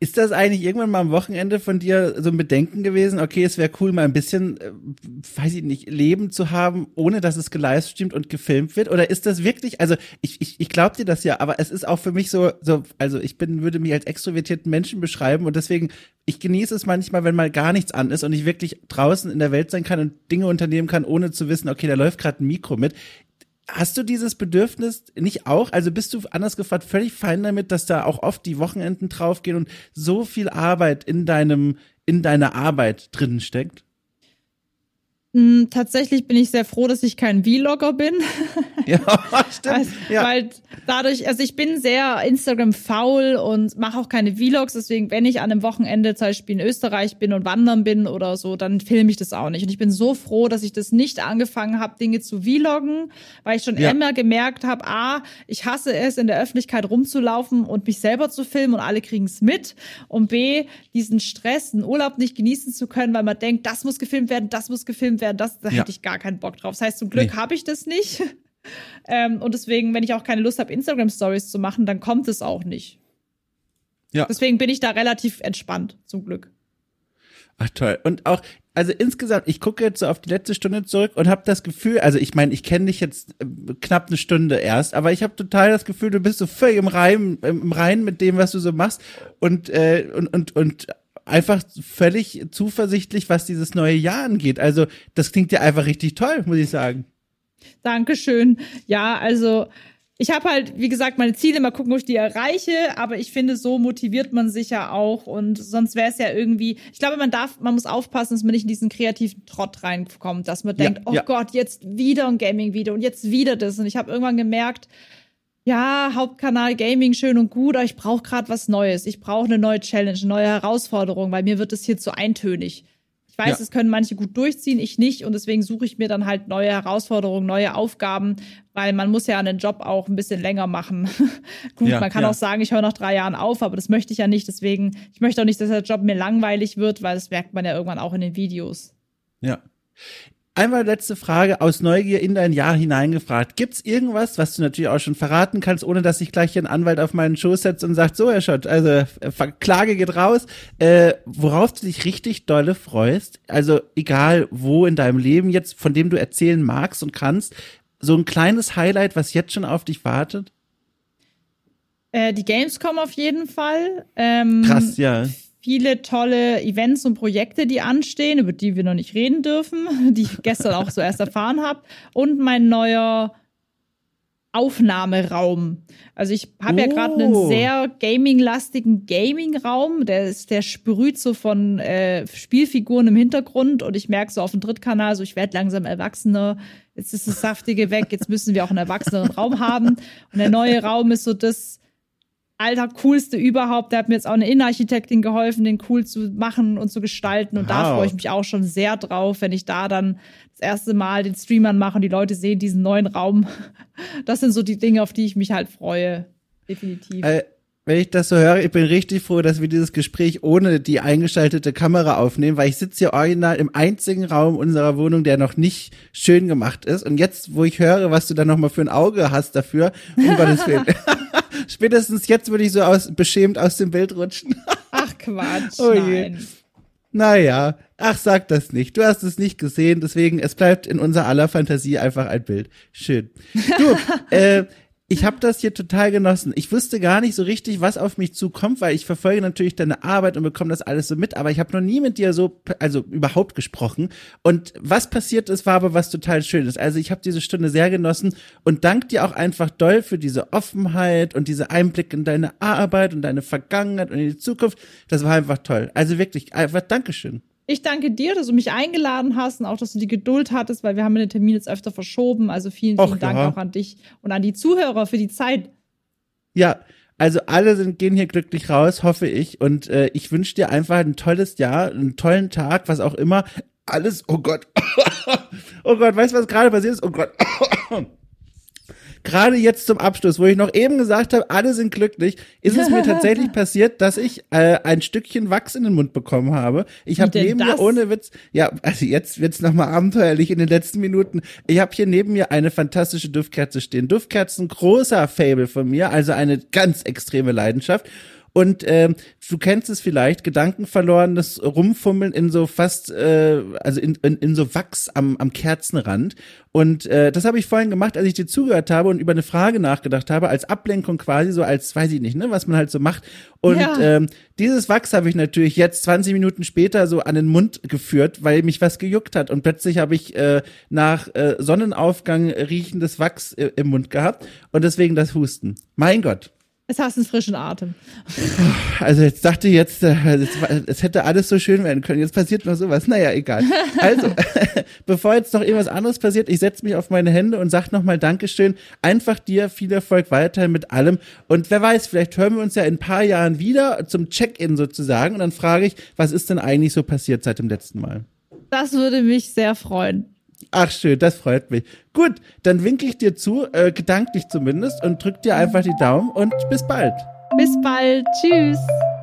Ist das eigentlich irgendwann mal am Wochenende von dir so ein Bedenken gewesen? Okay, es wäre cool, mal ein bisschen, äh, weiß ich nicht, Leben zu haben, ohne dass es gelivestreamt und gefilmt wird? Oder ist das wirklich, also ich ich, ich glaube dir das ja, aber es ist auch für mich so, so, also ich bin, würde mich als extrovertierten Menschen beschreiben und deswegen, ich genieße es manchmal, wenn mal gar nichts an ist und ich wirklich draußen in der Welt sein kann und Dinge unternehmen kann, ohne zu wissen, okay, da läuft gerade ein Mikro mit. Hast du dieses Bedürfnis nicht auch? Also bist du, anders gefragt, völlig fein damit, dass da auch oft die Wochenenden draufgehen und so viel Arbeit in deinem, in deiner Arbeit drin steckt? Mm, tatsächlich bin ich sehr froh, dass ich kein Vlogger bin. Ja, stimmt. Also, ja. Weil dadurch, also ich bin sehr Instagram-faul und mache auch keine Vlogs, deswegen, wenn ich an einem Wochenende zum Beispiel in Österreich bin und wandern bin oder so, dann filme ich das auch nicht. Und ich bin so froh, dass ich das nicht angefangen habe, Dinge zu vloggen, weil ich schon ja. immer gemerkt habe, A, ich hasse es, in der Öffentlichkeit rumzulaufen und mich selber zu filmen und alle kriegen es mit. Und B, diesen Stress, einen Urlaub nicht genießen zu können, weil man denkt, das muss gefilmt werden, das muss gefilmt werden, das, da ja. hätte ich gar keinen Bock drauf. Das heißt, zum Glück nee. habe ich das nicht. ähm, und deswegen, wenn ich auch keine Lust habe, Instagram-Stories zu machen, dann kommt es auch nicht. Ja. Deswegen bin ich da relativ entspannt, zum Glück. Ach toll. Und auch, also insgesamt, ich gucke jetzt so auf die letzte Stunde zurück und habe das Gefühl, also ich meine, ich kenne dich jetzt äh, knapp eine Stunde erst, aber ich habe total das Gefühl, du bist so völlig im Reim, im Reinen mit dem, was du so machst und äh, und und und einfach völlig zuversichtlich, was dieses neue Jahr angeht. Also das klingt ja einfach richtig toll, muss ich sagen. Dankeschön. Ja, also ich habe halt, wie gesagt, meine Ziele, mal gucken, wo ich die erreiche, aber ich finde, so motiviert man sich ja auch und sonst wäre es ja irgendwie, ich glaube, man darf, man muss aufpassen, dass man nicht in diesen kreativen Trott reinkommt, dass man ja, denkt, oh ja. Gott, jetzt wieder ein Gaming-Video und jetzt wieder das und ich habe irgendwann gemerkt, ja, Hauptkanal Gaming schön und gut, aber ich brauche gerade was Neues. Ich brauche eine neue Challenge, eine neue Herausforderung, weil mir wird es hier zu eintönig. Ich weiß, ja. es können manche gut durchziehen, ich nicht. Und deswegen suche ich mir dann halt neue Herausforderungen, neue Aufgaben, weil man muss ja einen Job auch ein bisschen länger machen. Gut, ja, man kann ja. auch sagen, ich höre nach drei Jahren auf, aber das möchte ich ja nicht. Deswegen, ich möchte auch nicht, dass der Job mir langweilig wird, weil das merkt man ja irgendwann auch in den Videos. Ja. Einmal letzte Frage aus Neugier in dein Jahr hineingefragt. Gibt's irgendwas, was du natürlich auch schon verraten kannst, ohne dass sich gleich hier ein Anwalt auf meinen Schoß setzt und sagt, so Herr Schott, also Klage geht raus, äh, worauf du dich richtig dolle freust, also egal wo in deinem Leben jetzt, von dem du erzählen magst und kannst, so ein kleines Highlight, was jetzt schon auf dich wartet? Äh, die Gamescom auf jeden Fall. Ähm, Krass, ja. Viele tolle Events und Projekte, die anstehen, über die wir noch nicht reden dürfen, die ich gestern auch so erst erfahren habe. Und mein neuer Aufnahmeraum. Also ich habe oh. ja gerade einen sehr gaming-lastigen Gaming-Raum. Der ist, der sprüht so von äh, Spielfiguren im Hintergrund und ich merke so auf dem Drittkanal, so ich werde langsam erwachsener. Jetzt ist das Saftige weg, jetzt müssen wir auch einen erwachseneren Raum haben. Und der neue Raum ist so das Alter, coolste überhaupt. Da hat mir jetzt auch eine Innenarchitektin geholfen, den cool zu machen und zu gestalten. Und wow. da freue ich mich auch schon sehr drauf, wenn ich da dann das erste Mal den Stream anmache und die Leute sehen diesen neuen Raum. Das sind so die Dinge, auf die ich mich halt freue. Definitiv. Äh, wenn ich das so höre, ich bin richtig froh, dass wir dieses Gespräch ohne die eingeschaltete Kamera aufnehmen, weil ich sitze hier original im einzigen Raum unserer Wohnung, der noch nicht schön gemacht ist. Und jetzt, wo ich höre, was du da nochmal für ein Auge hast dafür, um Gottes Willen. Spätestens jetzt würde ich so aus, beschämt aus dem Bild rutschen. Ach Quatsch, oh nein. Naja, ach, sag das nicht. Du hast es nicht gesehen, deswegen, es bleibt in unserer aller Fantasie einfach ein Bild. Schön. Du, äh, ich habe das hier total genossen. Ich wusste gar nicht so richtig, was auf mich zukommt, weil ich verfolge natürlich deine Arbeit und bekomme das alles so mit, aber ich habe noch nie mit dir so, also überhaupt gesprochen. Und was passiert ist, war aber was total Schönes. Also ich habe diese Stunde sehr genossen und danke dir auch einfach doll für diese Offenheit und diese Einblick in deine Arbeit und deine Vergangenheit und in die Zukunft. Das war einfach toll. Also wirklich, einfach Dankeschön. Ich danke dir, dass du mich eingeladen hast und auch, dass du die Geduld hattest, weil wir haben den Termin jetzt öfter verschoben. Also vielen, vielen Och, Dank ja. auch an dich und an die Zuhörer für die Zeit. Ja, also alle sind, gehen hier glücklich raus, hoffe ich. Und äh, ich wünsche dir einfach ein tolles Jahr, einen tollen Tag, was auch immer. Alles, oh Gott. Oh Gott, weißt du, was gerade passiert ist? Oh Gott. Gerade jetzt zum Abschluss, wo ich noch eben gesagt habe, alle sind glücklich, ist es mir tatsächlich passiert, dass ich äh, ein Stückchen Wachs in den Mund bekommen habe. Ich habe neben das? mir, ohne Witz, ja, also jetzt wird's nochmal abenteuerlich in den letzten Minuten. Ich habe hier neben mir eine fantastische Duftkerze stehen. Duftkerzen, großer Fable von mir, also eine ganz extreme Leidenschaft. Und ähm, du kennst es vielleicht, gedankenverlorenes Rumfummeln in so fast, äh, also in, in, in so Wachs am, am Kerzenrand. Und äh, das habe ich vorhin gemacht, als ich dir zugehört habe und über eine Frage nachgedacht habe, als Ablenkung quasi, so als, weiß ich nicht, ne, was man halt so macht. Und ja. ähm, dieses Wachs habe ich natürlich jetzt zwanzig Minuten später so an den Mund geführt, weil mich was gejuckt hat. Und plötzlich habe ich äh, nach äh, Sonnenaufgang riechendes Wachs äh, im Mund gehabt und deswegen das Husten. Mein Gott. Es hast einen frischen Atem. Also jetzt dachte ich jetzt, es hätte alles so schön werden können. Jetzt passiert noch sowas. Naja, egal. Also, bevor jetzt noch irgendwas anderes passiert, ich setze mich auf meine Hände und sage nochmal Dankeschön. Einfach dir viel Erfolg weiterhin mit allem. Und wer weiß, vielleicht hören wir uns ja in ein paar Jahren wieder zum Check-in sozusagen. Und dann frage ich, was ist denn eigentlich so passiert seit dem letzten Mal? Das würde mich sehr freuen. Ach schön, das freut mich. Gut, dann winke ich dir zu, äh, gedanklich zumindest, und drück dir einfach die Daumen und bis bald. Bis bald. Tschüss.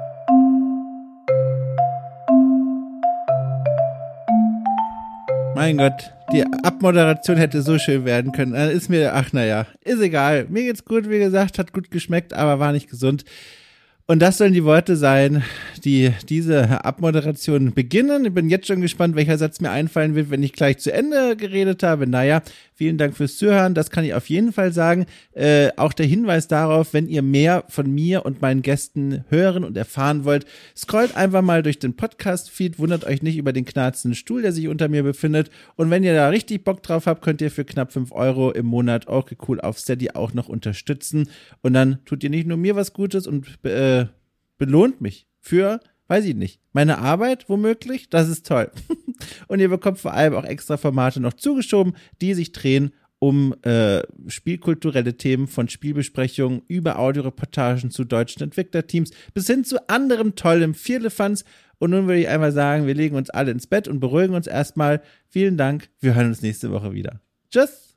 Mein Gott, die Abmoderation hätte so schön werden können. Dann ist mir, ach naja, ist egal. Mir geht's gut, wie gesagt, hat gut geschmeckt, aber war nicht gesund. Und das sollen die Worte sein, die diese Abmoderation beginnen. Ich bin jetzt schon gespannt, welcher Satz mir einfallen wird, wenn ich gleich zu Ende geredet habe. Naja, vielen Dank fürs Zuhören. Das kann ich auf jeden Fall sagen. Äh, auch der Hinweis darauf, wenn ihr mehr von mir und meinen Gästen hören und erfahren wollt, scrollt einfach mal durch den Podcast-Feed. Wundert euch nicht über den knarzenden Stuhl, der sich unter mir befindet. Und wenn ihr da richtig Bock drauf habt, könnt ihr für knapp fünf Euro im Monat okay cool auf Steady auch noch unterstützen. Und dann tut ihr nicht nur mir was Gutes und äh, belohnt mich für, weiß ich nicht, meine Arbeit womöglich, das ist toll. Und ihr bekommt vor allem auch extra Formate noch zugeschoben, die sich drehen um äh, spielkulturelle Themen, von Spielbesprechungen über Audioreportagen zu deutschen Entwicklerteams bis hin zu anderem tollem Vierlefanz. Und nun würde ich einmal sagen, wir legen uns alle ins Bett und beruhigen uns erstmal. Vielen Dank, wir hören uns nächste Woche wieder. Tschüss!